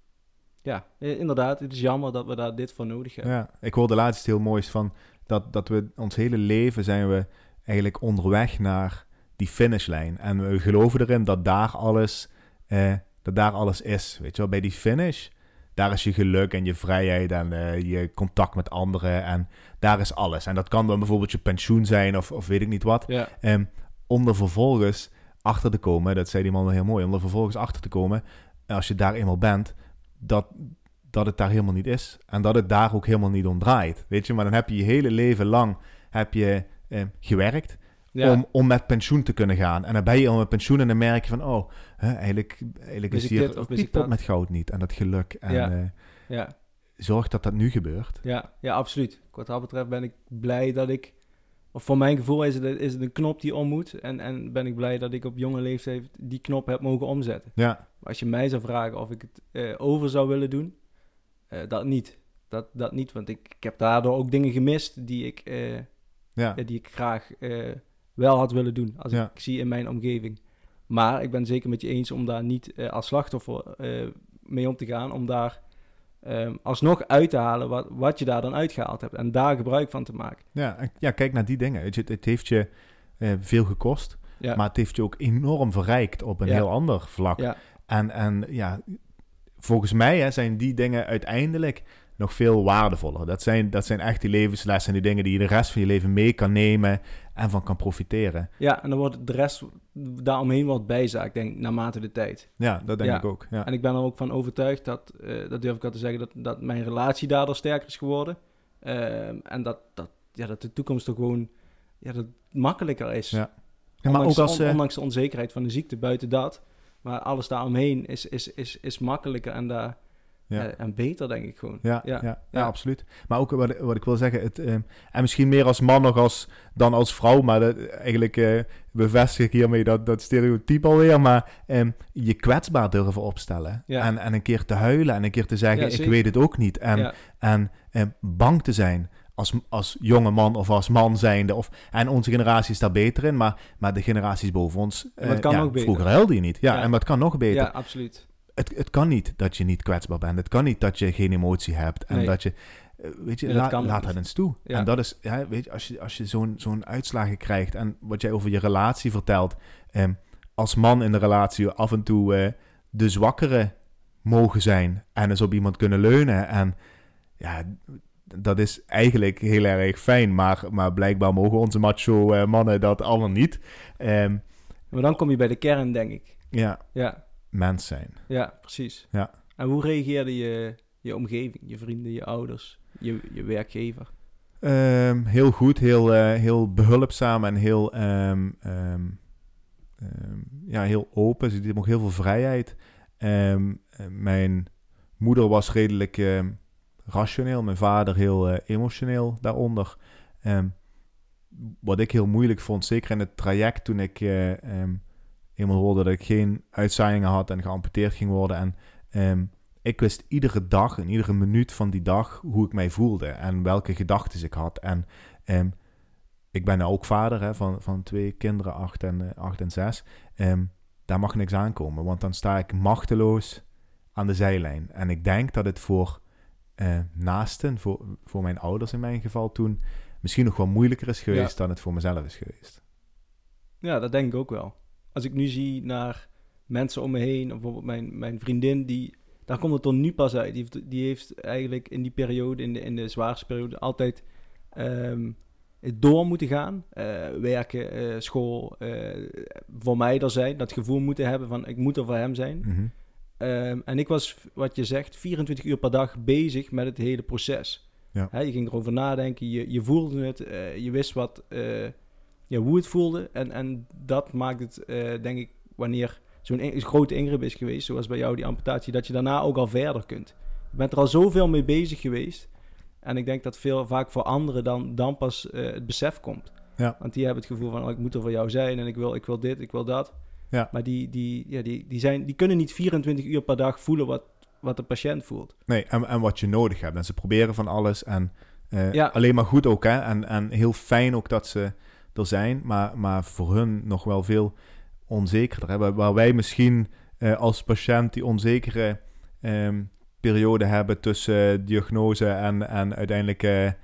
ja, inderdaad, het is jammer dat we daar dit voor nodig hebben. Ja, ik hoorde laatst heel moois van dat, dat we ons hele leven zijn we eigenlijk onderweg naar die finishlijn. En we geloven erin dat daar alles, uh, dat daar alles is. Weet je wel, bij die finish, daar is je geluk en je vrijheid en uh, je contact met anderen en daar is alles. En dat kan dan bijvoorbeeld je pensioen zijn of, of weet ik niet wat. Ja. Um, om er vervolgens achter te komen, dat zei die man wel heel mooi, om er vervolgens achter te komen, als je daar eenmaal bent, dat, dat het daar helemaal niet is. En dat het daar ook helemaal niet om draait. Weet je, maar dan heb je je hele leven lang heb je, eh, gewerkt ja. om, om met pensioen te kunnen gaan. En dan ben je al met pensioen en dan merk je van, oh, hè, eigenlijk, eigenlijk is hier ook die pot met goud niet. En dat geluk. En ja. Uh, ja. zorg dat dat nu gebeurt. Ja, ja, absoluut. Wat dat betreft ben ik blij dat ik... Of voor mijn gevoel is het, is het een knop die om moet. En, en ben ik blij dat ik op jonge leeftijd die knop heb mogen omzetten. Ja. Maar als je mij zou vragen of ik het uh, over zou willen doen, uh, dat niet. Dat, dat niet, want ik, ik heb daardoor ook dingen gemist die ik, uh, ja. uh, die ik graag uh, wel had willen doen. Als ja. ik zie in mijn omgeving. Maar ik ben zeker met je eens om daar niet uh, als slachtoffer uh, mee om te gaan. Om daar... Um, alsnog uit te halen wat, wat je daar dan uitgehaald hebt. En daar gebruik van te maken. Ja, ja kijk naar die dingen. Het, het heeft je uh, veel gekost. Ja. Maar het heeft je ook enorm verrijkt op een ja. heel ander vlak. Ja. En, en ja, volgens mij hè, zijn die dingen uiteindelijk nog veel waardevoller. Dat zijn, dat zijn echt die levenslessen, die dingen die je de rest van je leven mee kan nemen en van kan profiteren. Ja, en dan wordt de rest daaromheen wat bijzaak, denk ik, naarmate de tijd. Ja, dat denk ja. ik ook. Ja. En ik ben er ook van overtuigd dat, uh, dat durf ik al te zeggen, dat, dat mijn relatie daardoor sterker is geworden. Uh, en dat, dat, ja, dat de toekomst er gewoon ja, dat makkelijker is. Ja. Ja, maar ondanks, ook als, uh... on, ondanks de onzekerheid van de ziekte, buiten dat. Maar alles daaromheen is, is, is, is makkelijker en daar... Ja. Uh, en beter, denk ik gewoon. Ja, ja. ja, ja, ja. absoluut. Maar ook wat, wat ik wil zeggen, het, uh, en misschien meer als man nog als, dan als vrouw, maar dat, eigenlijk uh, bevestig ik hiermee dat, dat stereotype alweer, maar um, je kwetsbaar durven opstellen. Ja. En, en een keer te huilen en een keer te zeggen, ja, ik weet het ook niet. En, ja. en um, bang te zijn als, als jonge man of als man zijnde. Of, en onze generatie is daar beter in, maar, maar de generaties boven ons, uh, maar het kan ja, ook beter. Vroeger huilde je niet. Ja, ja. En maar het kan nog beter. Ja, absoluut. Het, het kan niet dat je niet kwetsbaar bent. Het kan niet dat je geen emotie hebt. En nee. dat je, weet je, nee, la, dat laat het eens toe. Ja. En dat is, ja, weet je, als je, als je zo'n, zo'n uitslagen krijgt en wat jij over je relatie vertelt, eh, als man in de relatie af en toe eh, de zwakkere mogen zijn en eens op iemand kunnen leunen. En ja, dat is eigenlijk heel erg fijn, maar, maar blijkbaar mogen onze macho uh, mannen dat allemaal niet. Um, maar dan kom je bij de kern, denk ik. Ja. Ja. Mens zijn. Ja, precies. Ja. En hoe reageerde je, je omgeving, je vrienden, je ouders, je, je werkgever? Um, heel goed, heel, uh, heel behulpzaam en heel, um, um, um, ja, heel open. Ze lieten me ook heel veel vrijheid. Um, uh, mijn moeder was redelijk uh, rationeel, mijn vader heel uh, emotioneel daaronder. Um, wat ik heel moeilijk vond, zeker in het traject toen ik uh, um, eenmaal hoorde dat ik geen uitzaaiingen had en geamputeerd ging worden. En um, ik wist iedere dag en iedere minuut van die dag hoe ik mij voelde en welke gedachten ik had. En um, ik ben nou ook vader hè, van, van twee kinderen, acht en, uh, acht en zes. Um, daar mag niks aankomen, want dan sta ik machteloos aan de zijlijn. En ik denk dat het voor uh, naasten, voor, voor mijn ouders in mijn geval toen, misschien nog wel moeilijker is geweest ja. dan het voor mezelf is geweest. Ja, dat denk ik ook wel. Als ik nu zie naar mensen om me heen, bijvoorbeeld mijn, mijn vriendin, die, daar komt het er nu pas uit. Die heeft, die heeft eigenlijk in die periode, in de, in de zwaarste periode, altijd um, door moeten gaan. Uh, werken, uh, school, uh, voor mij er zijn. Dat gevoel moeten hebben van, ik moet er voor hem zijn. Mm-hmm. Um, en ik was, wat je zegt, vierentwintig uur per dag bezig met het hele proces. Ja. Hè, je ging erover nadenken, je, je voelde het, uh, je wist wat, uh, ja, hoe het voelde. En, en dat maakt het, uh, denk ik, wanneer zo'n in, grote ingreep is geweest, zoals bij jou die amputatie, dat je daarna ook al verder kunt. Je bent er al zoveel mee bezig geweest. En ik denk dat veel vaak voor anderen dan, dan pas uh, het besef komt. Ja. Want die hebben het gevoel van, oh, ik moet er voor jou zijn en ik wil, ik wil dit, ik wil dat. Ja. Maar die, die, ja, die, die, zijn, die kunnen niet vierentwintig uur per dag voelen wat, wat de patiënt voelt. Nee, en, en wat je nodig hebt. En ze proberen van alles en uh, ja. alleen maar goed ook. Hè? En, en heel fijn ook dat ze er zijn, maar, maar voor hun nog wel veel onzekerder. Hè? Waar, waar wij misschien uh, als patiënt die onzekere um, periode hebben tussen diagnose en, en uiteindelijk uh, uh,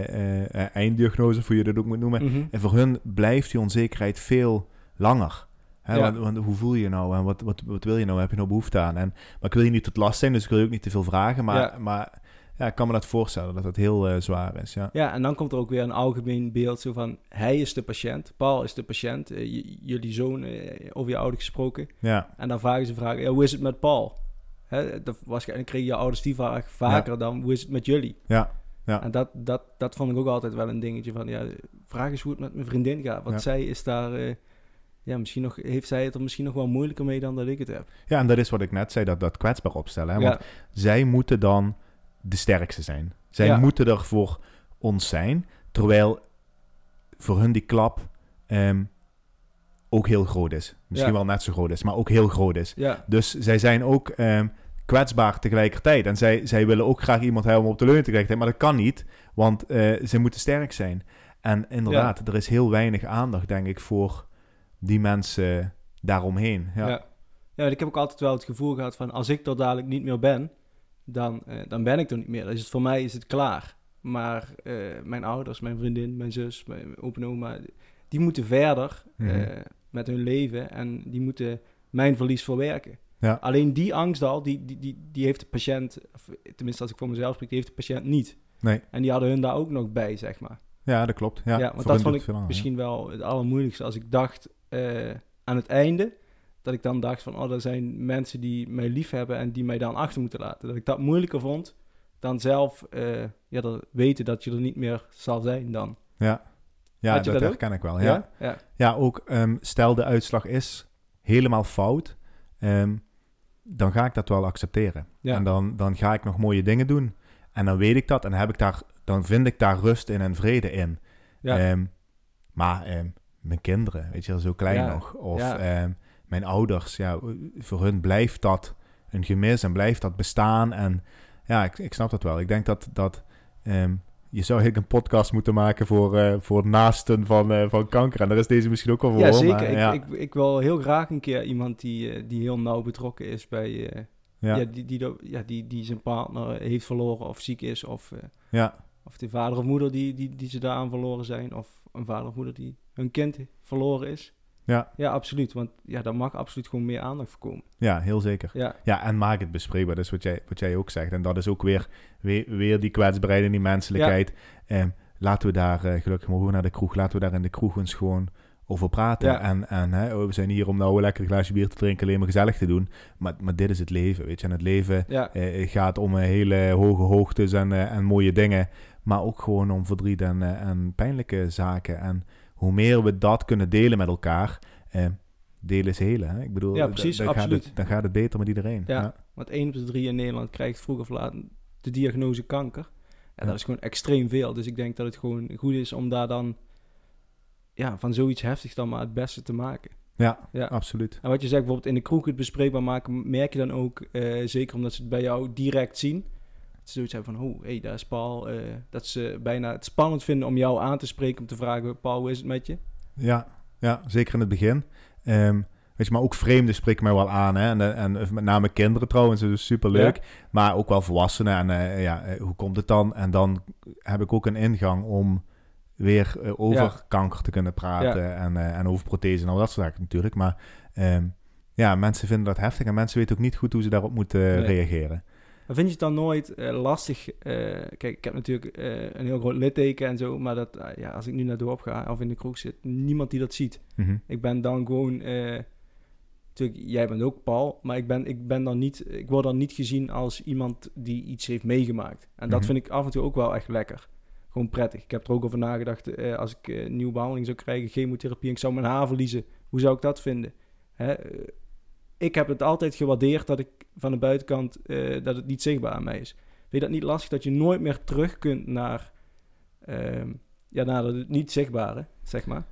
uh, einddiagnose, hoe je dat ook moet noemen. Mm-hmm. En voor hun blijft die onzekerheid veel langer. Hè, ja. want, want hoe voel je nou en wat, wat, wat wil je nou? Heb je nou behoefte aan? En, maar ik wil je niet tot last zijn, dus ik wil je ook niet te veel vragen. Maar, ja. maar ja, ik kan me dat voorstellen dat het heel uh, zwaar is. Ja. ja, en dan komt er ook weer een algemeen beeld zo van, hij is de patiënt, Paul is de patiënt, uh, j- jullie zoon, uh, over je ouder gesproken. Ja. En dan vragen ze vragen, ja, hoe is het met Paul? Hè, dat waarschijnlijk kregen je ouders die vraag vaker ja. dan, hoe is het met jullie? Ja. Ja. En dat, dat, dat vond ik ook altijd wel een dingetje van, ja, vraag eens hoe het met mijn vriendin gaat. Want ja. zij is daar... Uh, Ja, misschien nog, heeft zij het er misschien nog wel moeilijker mee dan dat ik het heb. Ja, en dat is wat ik net zei, dat, dat kwetsbaar opstellen. Hè? Want ja. zij moeten dan de sterkste zijn. Zij ja. moeten er voor ons zijn. Terwijl voor hun die klap um, ook heel groot is. Misschien ja. wel net zo groot is, maar ook heel groot is. Ja. Dus zij zijn ook um, kwetsbaar tegelijkertijd. En zij, zij willen ook graag iemand hebben om op te leunen tegelijkertijd. Maar dat kan niet, want uh, ze moeten sterk zijn. En inderdaad, ja. er is heel weinig aandacht, denk ik, voor... die mensen daaromheen. Ja. Ja. ja, ik heb ook altijd wel het gevoel gehad van... als ik er dadelijk niet meer ben, dan, uh, dan ben ik er niet meer. Dus voor mij is het klaar. Maar uh, mijn ouders, mijn vriendin, mijn zus, mijn opa en oma... die moeten verder mm-hmm. uh, met hun leven... en die moeten mijn verlies verwerken. Ja. Alleen die angst al, die, die, die, die heeft de patiënt... Of, tenminste als ik voor mezelf spreek, die heeft de patiënt niet. Nee. En die hadden hun daar ook nog bij, zeg maar. Ja, dat klopt. Ja, ja want dat vond ik langer, misschien ja. wel het allermoeilijkste. Als ik dacht uh, aan het einde, dat ik dan dacht van, oh, er zijn mensen die mij lief hebben en die mij dan achter moeten laten. Dat ik dat moeilijker vond dan zelf uh, ja, dat weten dat je er niet meer zal zijn dan. Ja, ja dat, dat herken ik wel. Ja, ja? ja. ja ook um, stel de uitslag is helemaal fout, um, dan ga ik dat wel accepteren. Ja. En dan, dan ga ik nog mooie dingen doen. En dan weet ik dat en heb ik daar... dan vind ik daar rust in en vrede in. Ja. Um, maar um, mijn kinderen, weet je wel, zo klein ja. nog. Of ja. um, mijn ouders, ja, voor hun blijft dat een gemis en blijft dat bestaan. En ja, ik, ik snap dat wel. Ik denk dat, dat um, je zou eigenlijk een podcast moeten maken voor, uh, voor naasten van, uh, van kanker. En daar is deze misschien ook wel voor. Ja, zeker. Maar, ik, ja. Ik, ik wil heel graag een keer iemand die, uh, die heel nauw betrokken is bij... Uh, ja. Ja, die, die, ja, die, die zijn partner heeft verloren of ziek is of... Uh, ja. Of de vader of moeder die, die, die ze daaraan verloren zijn. Of een vader of moeder die hun kind verloren is. Ja. Ja, absoluut. Want ja, daar mag absoluut gewoon meer aandacht voor komen. Ja, heel zeker. Ja, ja en maak het bespreekbaar. Dat is wat jij, wat jij ook zegt. En dat is ook weer, weer, weer die kwetsbaarheid en die menselijkheid. Ja. Um, laten we daar, uh, gelukkig mogen we naar de kroeg, laten we daar in de kroeg eens gewoon over praten. Ja. En, en hè, we zijn hier om nou een lekker glaasje bier te drinken, alleen maar gezellig te doen. Maar, maar dit is het leven, weet je. En het leven ja. uh, gaat om uh, hele hoge hoogtes en, uh, en mooie dingen. Maar ook gewoon om verdriet en, uh, en pijnlijke zaken. En hoe meer we dat kunnen delen met elkaar, uh, delen is helen. Hè? Ik bedoel, ja, precies, d- dan, absoluut. gaat het, dan gaat het beter met iedereen. Ja, ja. Want één op de drie in Nederland krijgt vroeg of laat de diagnose kanker. En ja. dat is gewoon extreem veel. Dus ik denk dat het gewoon goed is om daar dan ja, van zoiets heftigs dan maar het beste te maken. Ja, ja, absoluut. En wat je zegt, bijvoorbeeld in de kroeg het bespreekbaar maken, merk je dan ook, uh, zeker omdat ze het bij jou direct zien, dat ze zoiets hebben van, oh, hé, hey, daar is Paul. Uh, dat ze bijna het spannend vinden om jou aan te spreken, om te vragen, Paul, hoe is het met je? Ja, ja, zeker in het begin. Um, weet je, maar ook vreemden spreken mij wel aan, hè. En, en met name kinderen trouwens, dat is superleuk. Ja. Maar ook wel volwassenen. En uh, ja, uh, hoe komt het dan? En dan heb ik ook een ingang om weer uh, over ja. kanker te kunnen praten ja. en, uh, en over prothesen en al dat soort zaken natuurlijk. Maar um, ja, mensen vinden dat heftig en mensen weten ook niet goed hoe ze daarop moeten uh, nee. reageren. Maar vind je het dan nooit uh, lastig? Uh, kijk, ik heb natuurlijk uh, een heel groot litteken en zo, maar dat, uh, ja, als ik nu naar dorp ga of in de kroeg zit, niemand die dat ziet. Mm-hmm. Ik ben dan gewoon, uh, natuurlijk, jij bent ook Paul, maar ik ben, ik ben dan niet, ik word dan niet gezien als iemand die iets heeft meegemaakt. En mm-hmm. dat vind ik af en toe ook wel echt lekker. Gewoon prettig. Ik heb er ook over nagedacht, uh, als ik uh, nieuwe behandeling zou krijgen, chemotherapie, en ik zou mijn haar verliezen. Hoe zou ik dat vinden? Hè? Uh, ik heb het altijd gewaardeerd dat ik van de buitenkant, uh, dat het niet zichtbaar aan mij is. Vind je dat niet lastig, dat je nooit meer terug kunt naar, uh, ja, naar het niet zichtbare, zeg maar?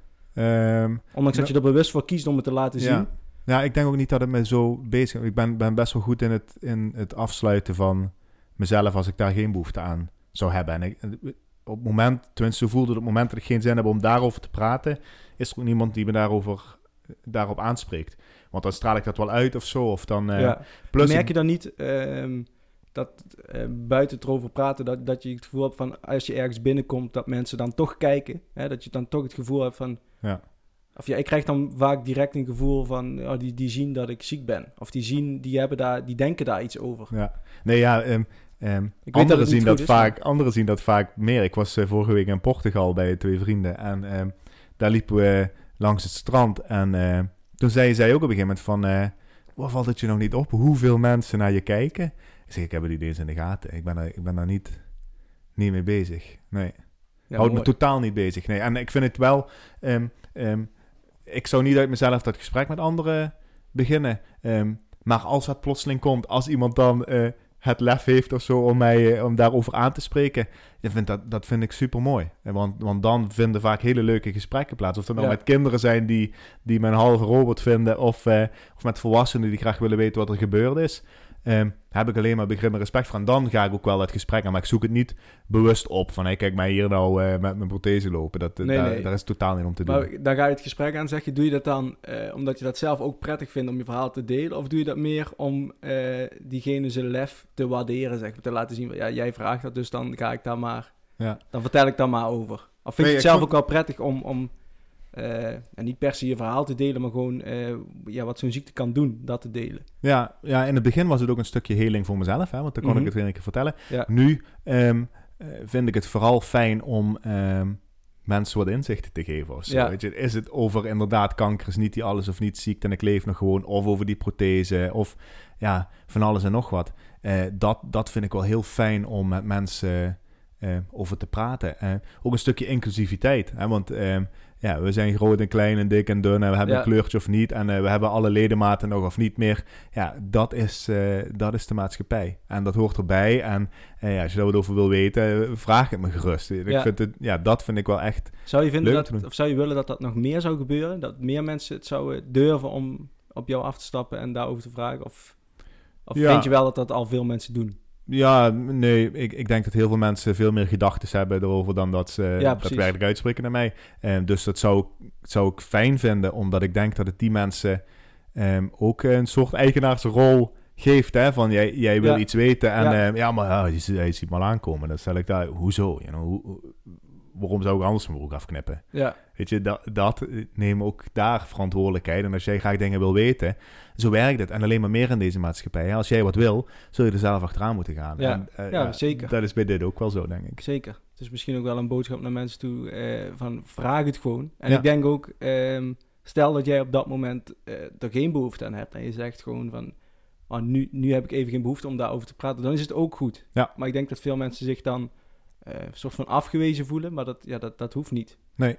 Um, Ondanks dat je er bewust voor kiest om het te laten zien. Ja, ja, ik denk ook niet dat het me zo bezig is. Ik ben, ben best wel goed in het, in het afsluiten van mezelf als ik daar geen behoefte aan zou hebben. En ik, op het moment, tenminste zo voelde het op het moment dat ik geen zin heb om daarover te praten, is er ook niemand die me daarover, daarop aanspreekt. Want dan straal ik dat wel uit of zo. Of dan, uh, ja. plus merk je dan niet uh, dat uh, buiten het erover praten, dat, dat je het gevoel hebt van als je ergens binnenkomt, dat mensen dan toch kijken. Hè? Dat je dan toch het gevoel hebt van... Ja. Of ja, ik krijg dan vaak direct een gevoel van, oh, die, die zien dat ik ziek ben. Of die zien, die hebben daar, die denken daar iets over. Ja. Nee, ja... Um... Um, anderen, zien dat is, vaak, ja. anderen zien dat vaak meer. Ik was uh, vorige week in Portugal bij twee vrienden. En um, daar liepen we langs het strand. En uh, toen zei zij ook op een gegeven moment van... Uh, wat valt het je nog niet op? Hoeveel mensen naar je kijken? Ik zeg, ik heb het niet eens in de gaten. Ik ben daar, ik ben daar niet, niet mee bezig. Nee. Ja, Houd me totaal niet bezig. Nee. En ik vind het wel... Um, um, ik zou niet uit mezelf dat gesprek met anderen beginnen. Um, maar als het plotseling komt, als iemand dan... Uh, het lef heeft of zo om mij om daarover aan te spreken. Ik vind dat, dat vind ik super mooi. Want, want dan vinden vaak hele leuke gesprekken plaats. Of dat nou ja. met kinderen zijn die, die me een halve robot vinden. Of, uh, of met volwassenen die graag willen weten wat er gebeurd is. Um, heb ik alleen maar begrip en respect voor. En dan ga ik ook wel het gesprek aan. Maar ik zoek het niet bewust op. Van hey, kijk mij hier nou uh, met mijn prothese lopen. Dat, nee, daar, nee. daar is totaal niet om te maar doen. Dan ga je het gesprek aan. Zeg je, doe je dat dan uh, omdat je dat zelf ook prettig vindt om je verhaal te delen? Of doe je dat meer om uh, diegene zijn lef te waarderen? Zeg maar, te laten zien, ja, jij vraagt dat, dus dan ga ik daar maar... Ja. Dan vertel ik daar maar over. Of vind nee, je het zelf vond... ook wel prettig om... om Uh, en niet per se je verhaal te delen, maar gewoon uh, ja, wat zo'n ziekte kan doen, dat te delen. Ja, ja, in het begin was het ook een stukje heling voor mezelf, hè, want dan kon mm-hmm. ik het weer een keer vertellen. Ja. Nu um, uh, vind ik het vooral fijn om um, mensen wat inzichten te geven. Of zo. Ja. Weet je, is het over inderdaad kanker, is niet die alles of niet ziekte en ik leef nog gewoon, of over die prothese, of ja, van alles en nog wat. Uh, dat, dat vind ik wel heel fijn om met mensen uh, over te praten. Uh, ook een stukje inclusiviteit, hè, want... Uh, Ja, we zijn groot en klein en dik en dun en we hebben ja. een kleurtje of niet. En uh, we hebben alle ledematen nog of niet meer. Ja, dat is, uh, dat is de maatschappij. En dat hoort erbij. En uh, ja, als je daar wat over wil weten, vraag het me gerust. Ik ja. vind het, ja, dat vind ik wel echt zou je vinden dat, of zou je willen dat dat nog meer zou gebeuren? Dat meer mensen het zouden durven om op jou af te stappen en daarover te vragen? Of, of ja. vind je wel dat dat al veel mensen doen? Ja, nee, ik, ik denk dat heel veel mensen veel meer gedachten hebben erover dan dat ze ja, daadwerkelijk uitspreken naar mij. Um, dus dat zou, zou ik fijn vinden, omdat ik denk dat het die mensen um, ook een soort eigenaarsrol geeft. Hè? Van jij, jij wil ja. iets weten en ja, um, ja maar ja, je, je ziet maar aankomen. Dan stel ik daar, hoezo? You know, hoe, waarom zou ik anders mijn broek afknippen? Ja. Weet je, dat, dat neem ook daar verantwoordelijkheid. En als jij graag dingen wil weten, zo werkt het. En alleen maar meer in deze maatschappij. Hè? Als jij wat wil, zul je er zelf achteraan moeten gaan. Ja, en, uh, ja ja, zeker. Dat is bij dit ook wel zo, denk ik. Zeker. Het is misschien ook wel een boodschap naar mensen toe uh, van vraag het gewoon. En ja. ik denk ook, um, stel dat jij op dat moment uh, er geen behoefte aan hebt en je zegt gewoon van, oh, nu, nu heb ik even geen behoefte om daarover te praten, dan is het ook goed. Ja. Maar ik denk dat veel mensen zich dan uh, een soort van afgewezen voelen, maar dat, ja, dat, dat hoeft niet. Nee.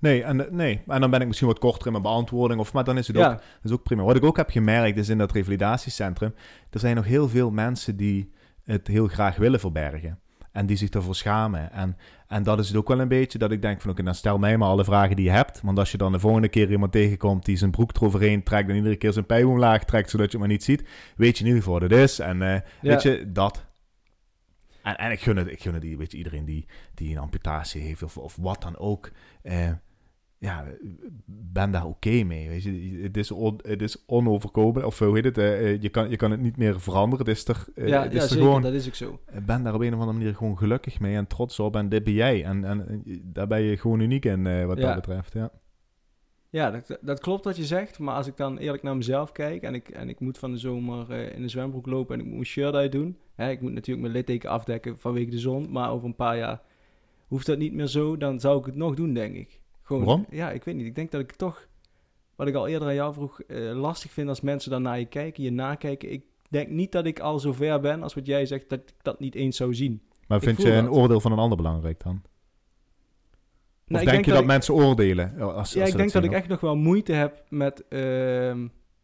Nee en, nee, en dan ben ik misschien wat korter in mijn beantwoording, of, maar dan is het Ja. ook, dat is ook prima. Wat ik ook heb gemerkt is in dat revalidatiecentrum, er zijn nog heel veel mensen die het heel graag willen verbergen. En die zich ervoor schamen. En, en dat is het ook wel een beetje dat ik denk van, oké, okay, dan stel mij maar alle vragen die je hebt. Want als je dan de volgende keer iemand tegenkomt die zijn broek eroverheen trekt en iedere keer zijn pijp omlaag trekt, zodat je het maar niet ziet, weet je in ieder geval wat het is. En uh, ja. weet je, dat. En, en ik gun het, ik gun het weet je, iedereen die, die een amputatie heeft of, of wat dan ook. Uh, ja, ben daar oké okay mee. Weet je, het is, on, het is onoverkomelijk. Of hoe heet het? Uh, je, kan, je kan het niet meer veranderen. Het is er, uh, ja, het is ja er zeker, gewoon, dat is ook zo. Ben daar op een of andere manier gewoon gelukkig mee en trots op. En dit ben jij. En, en daar ben je gewoon uniek in uh, wat ja. dat betreft. Ja, ja dat, dat klopt wat je zegt. Maar als ik dan eerlijk naar mezelf kijk en ik, en ik moet van de zomer uh, in de zwembroek lopen en ik moet mijn shirt uitdoen. Hè, ik moet natuurlijk mijn litteken afdekken vanwege de zon. Maar over een paar jaar hoeft dat niet meer zo. Dan zou ik het nog doen, denk ik. Gewoon, waarom? Ja, ik weet niet. Ik denk dat ik toch, wat ik al eerder aan jou vroeg, uh, lastig vind als mensen dan naar je kijken, je nakijken. Ik denk niet dat ik al zo ver ben als wat jij zegt, dat ik dat niet eens zou zien. Maar vind je een dat. oordeel van een ander belangrijk dan? Of nou, denk denk je dat, dat ik, mensen oordelen? Als, als ja, ik denk dat zien, ik echt nog wel moeite heb met uh,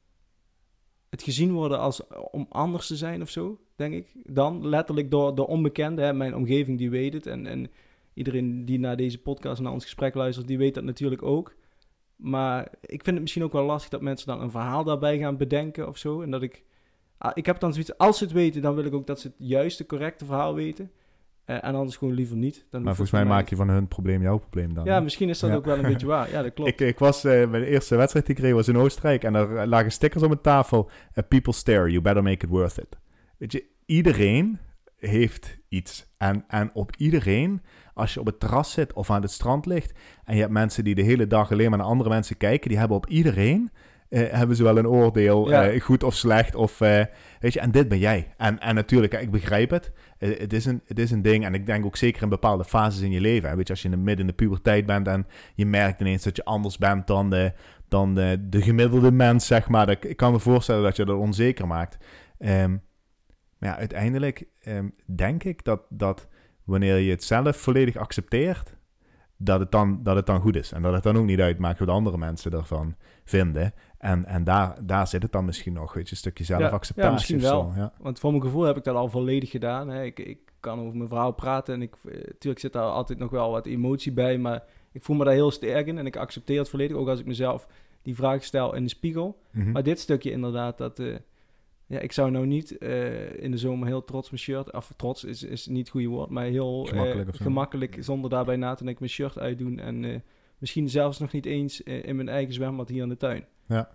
het gezien worden als om anders te zijn of zo, denk ik. Dan letterlijk door de onbekende, hè, mijn omgeving die weet het en... en iedereen die naar deze podcast en naar ons gesprek luistert, die weet dat natuurlijk ook. Maar ik vind het misschien ook wel lastig dat mensen dan een verhaal daarbij gaan bedenken of zo. En dat ik... Ah, ik heb dan zoiets... Als ze het weten, dan wil ik ook dat ze het juiste, correcte verhaal weten. Uh, en anders gewoon liever niet. Dan maar volgens mij maak niet. je van hun probleem jouw probleem dan. Ja, hè? Misschien is dat ja. ook wel een beetje waar. Ja, dat klopt. Ik, ik was... Uh, mijn eerste wedstrijd die ik kreeg was in Oostenrijk. En daar lagen stickers op mijn tafel. Uh, people stare, you better make it worth it. Weet je, iedereen heeft iets. En, en op iedereen... Als je op het terras zit of aan het strand ligt en je hebt mensen die de hele dag alleen maar naar andere mensen kijken, die hebben op iedereen, uh, hebben ze wel een oordeel, ja. uh, goed of slecht, of uh, weet je, en dit ben jij. En, en natuurlijk, ik begrijp het, uh, het, is een, het is een ding en ik denk ook zeker in bepaalde fases in je leven, hè? Weet je, als je in de midden in de puberteit bent en je merkt ineens dat je anders bent dan de, dan de, de gemiddelde mens, zeg maar, dat, ik kan me voorstellen dat je dat onzeker maakt. Um, maar ja, uiteindelijk um, denk ik dat, dat wanneer je het zelf volledig accepteert, dat het, dan, dat het dan goed is. En dat het dan ook niet uitmaakt wat andere mensen ervan vinden. En, en daar, daar zit het dan misschien nog, weet je, een stukje zelfacceptatie. Ja, ja, misschien wel. Zo, ja. Want voor mijn gevoel heb ik dat al volledig gedaan. Hè. Ik, ik kan over mijn verhaal praten en ik, natuurlijk zit daar altijd nog wel wat emotie bij, maar ik voel me daar heel sterk in en ik accepteer het volledig, ook als ik mezelf die vraag stel in de spiegel. Mm-hmm. Maar dit stukje inderdaad, dat... Uh, Ja, ik zou nou niet uh, in de zomer heel trots mijn shirt... Of trots is, is niet het goede woord, maar heel gemakkelijk, uh, gemakkelijk zonder daarbij na te denken mijn shirt uitdoen. En uh, misschien zelfs nog niet eens uh, in mijn eigen zwembad hier in de tuin. Ja,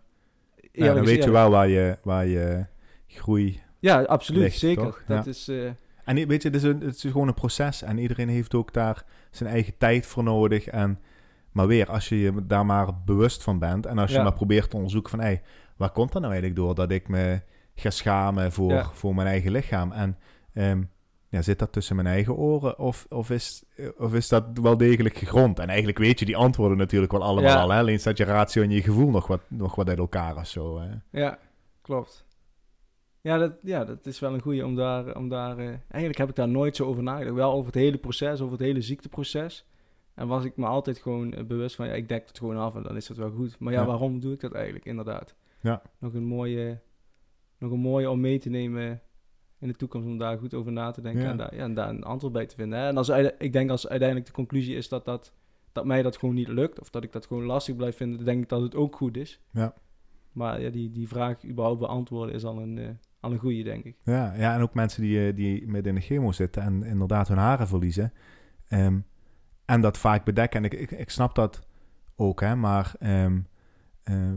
ja dan weet eerlijk. je wel waar je, waar je groei Ja, absoluut, ligt, zeker. Toch? Dat ja. is... Uh, en weet je, het is, een, het is gewoon een proces en iedereen heeft ook daar zijn eigen tijd voor nodig. En, maar weer, als je je daar maar bewust van bent en als je ja. maar probeert te onderzoeken van... Hey, waar komt dat nou eigenlijk door dat ik me... ga schamen voor, ja. voor mijn eigen lichaam. En um, ja, zit dat tussen mijn eigen oren of, of, is, of is dat wel degelijk gegrond? En eigenlijk weet je die antwoorden natuurlijk wel allemaal ja. al. Hè? Alleen staat je ratio en je gevoel nog wat, nog wat uit elkaar of zo. Hè? Ja, klopt. Ja dat, ja, dat is wel een goeie om daar... Om daar uh, eigenlijk heb ik daar nooit zo over nagedacht. Wel over het hele proces, over het hele ziekteproces. En was ik me altijd gewoon uh, bewust van... Ja, ik dek het gewoon af en dan is het wel goed. Maar ja, ja. waarom doe ik dat eigenlijk inderdaad? Ja. Nog een mooie... Nog een mooie om mee te nemen in de toekomst, om daar goed over na te denken ja. En, daar, ja, en daar een antwoord bij te vinden. Hè? En als, ik denk als uiteindelijk de conclusie is dat, dat, dat mij dat gewoon niet lukt, of dat ik dat gewoon lastig blijf vinden, dan denk ik dat het ook goed is. Ja. Maar ja, die, die vraag überhaupt beantwoorden is al een, uh, al een goeie, denk ik. Ja, ja, en ook mensen die, die midden in de chemo zitten en inderdaad hun haren verliezen. Um, en dat vaak bedekken. En ik, ik, ik snap dat ook, hè, maar um, um,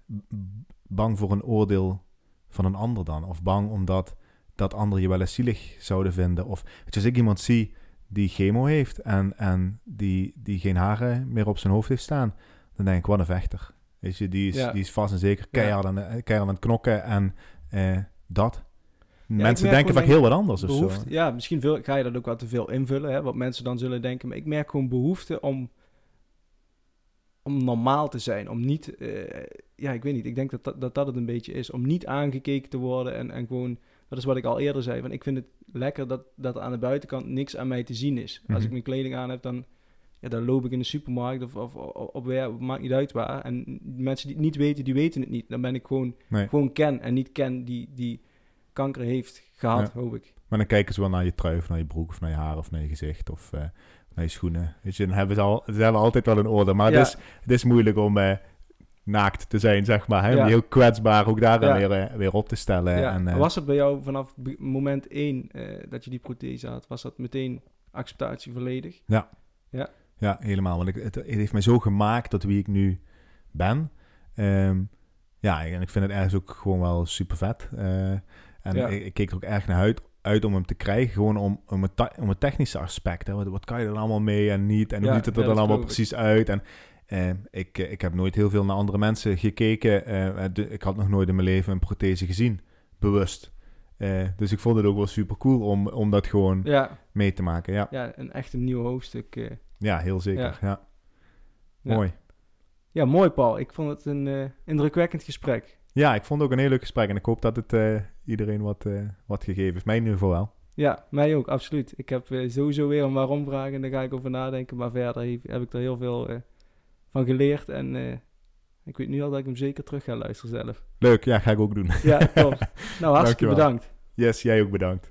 bang voor een oordeel van een ander dan. Of bang omdat dat anderen je wel eens zielig zouden vinden. Of weet je, als ik iemand zie die chemo heeft en, en die, die geen haren meer op zijn hoofd heeft staan, dan denk ik, wat een vechter. Weet je, die is, ja. die is vast en zeker keihard, ja. aan, keihard aan het knokken en uh, dat. Ja, mensen denken vaak heel wat anders of behoefte, zo. Ja, misschien veel, ga je dat ook wat te veel invullen, hè, wat mensen dan zullen denken. Maar ik merk gewoon behoefte om, om normaal te zijn. Om niet, uh, ja, ik weet niet. Ik denk dat dat, dat dat het een beetje is. Om niet aangekeken te worden en, en gewoon, dat is wat ik al eerder zei. Van ik vind het lekker dat, dat aan de buitenkant niks aan mij te zien is. Mm-hmm. Als ik mijn kleding aan heb, dan, ja, dan loop ik in de supermarkt of, of, of op werk, maakt niet uit waar. En mensen die het niet weten, die weten het niet. Dan ben ik gewoon, Nee. gewoon Ken en niet Ken die, die kanker heeft gehad, Ja. hoop ik. Maar dan kijken ze wel naar je trui of naar je broek of naar je haar of naar je gezicht of uh, naar je schoenen. Weet je, dan hebben ze, al, ze hebben altijd wel een orde. Maar Ja. het, is, het is moeilijk om uh, naakt te zijn, zeg maar. Hè? Om Ja. je heel kwetsbaar ook daar Ja. weer, uh, weer op te stellen. Ja. En, uh, Was het bij jou vanaf be- moment één uh, dat je die prothese had, was dat meteen acceptatie volledig? Ja. Ja. Ja, helemaal. Want ik, het, het heeft mij zo gemaakt tot wie ik nu ben. Um, ja, en ik vind het ergens ook gewoon wel super vet. Uh, en Ja. ik, ik keek er ook erg naar uit, uit om hem te krijgen. Gewoon om, om, het, ta- om het technische aspect. Hè. Wat, wat kan je er allemaal mee en niet? En hoe Ja, ziet het er ja, dan dat allemaal geloof precies uit? En uh, ik, ik heb nooit heel veel naar andere mensen gekeken. Uh, de, ik had nog nooit in mijn leven een prothese gezien. Bewust. Uh, dus ik vond het ook wel super cool om, om dat gewoon Ja. mee te maken. Ja, Ja, een echt een nieuw hoofdstuk. Uh, ja heel zeker. Ja. Ja. Ja. Mooi. Ja, mooi Paul. Ik vond het een uh, indrukwekkend gesprek. Ja, ik vond het ook een heel leuk gesprek. En ik hoop dat het uh, iedereen wat, uh, wat gegeven heeft. Mij in ieder geval wel. Ja, mij ook, absoluut. Ik heb uh, sowieso weer een waarom vraag en daar ga ik over nadenken. Maar verder heb, heb ik er heel veel uh, van geleerd. En uh, ik weet nu al dat ik hem zeker terug ga luisteren zelf. Leuk, ja, ga ik ook doen. Ja, klopt. Nou, hartstikke Dankjewel. bedankt. Yes, jij ook bedankt.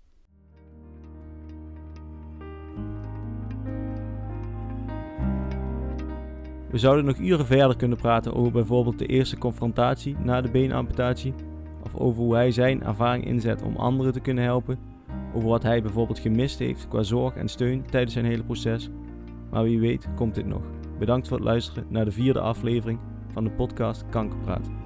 We zouden nog uren verder kunnen praten over bijvoorbeeld de eerste confrontatie na de beenamputatie. Of over hoe hij zijn ervaring inzet om anderen te kunnen helpen. Over wat hij bijvoorbeeld gemist heeft qua zorg en steun tijdens zijn hele proces. Maar wie weet komt dit nog. Bedankt voor het luisteren naar de vierde aflevering van de podcast Kankerpraat.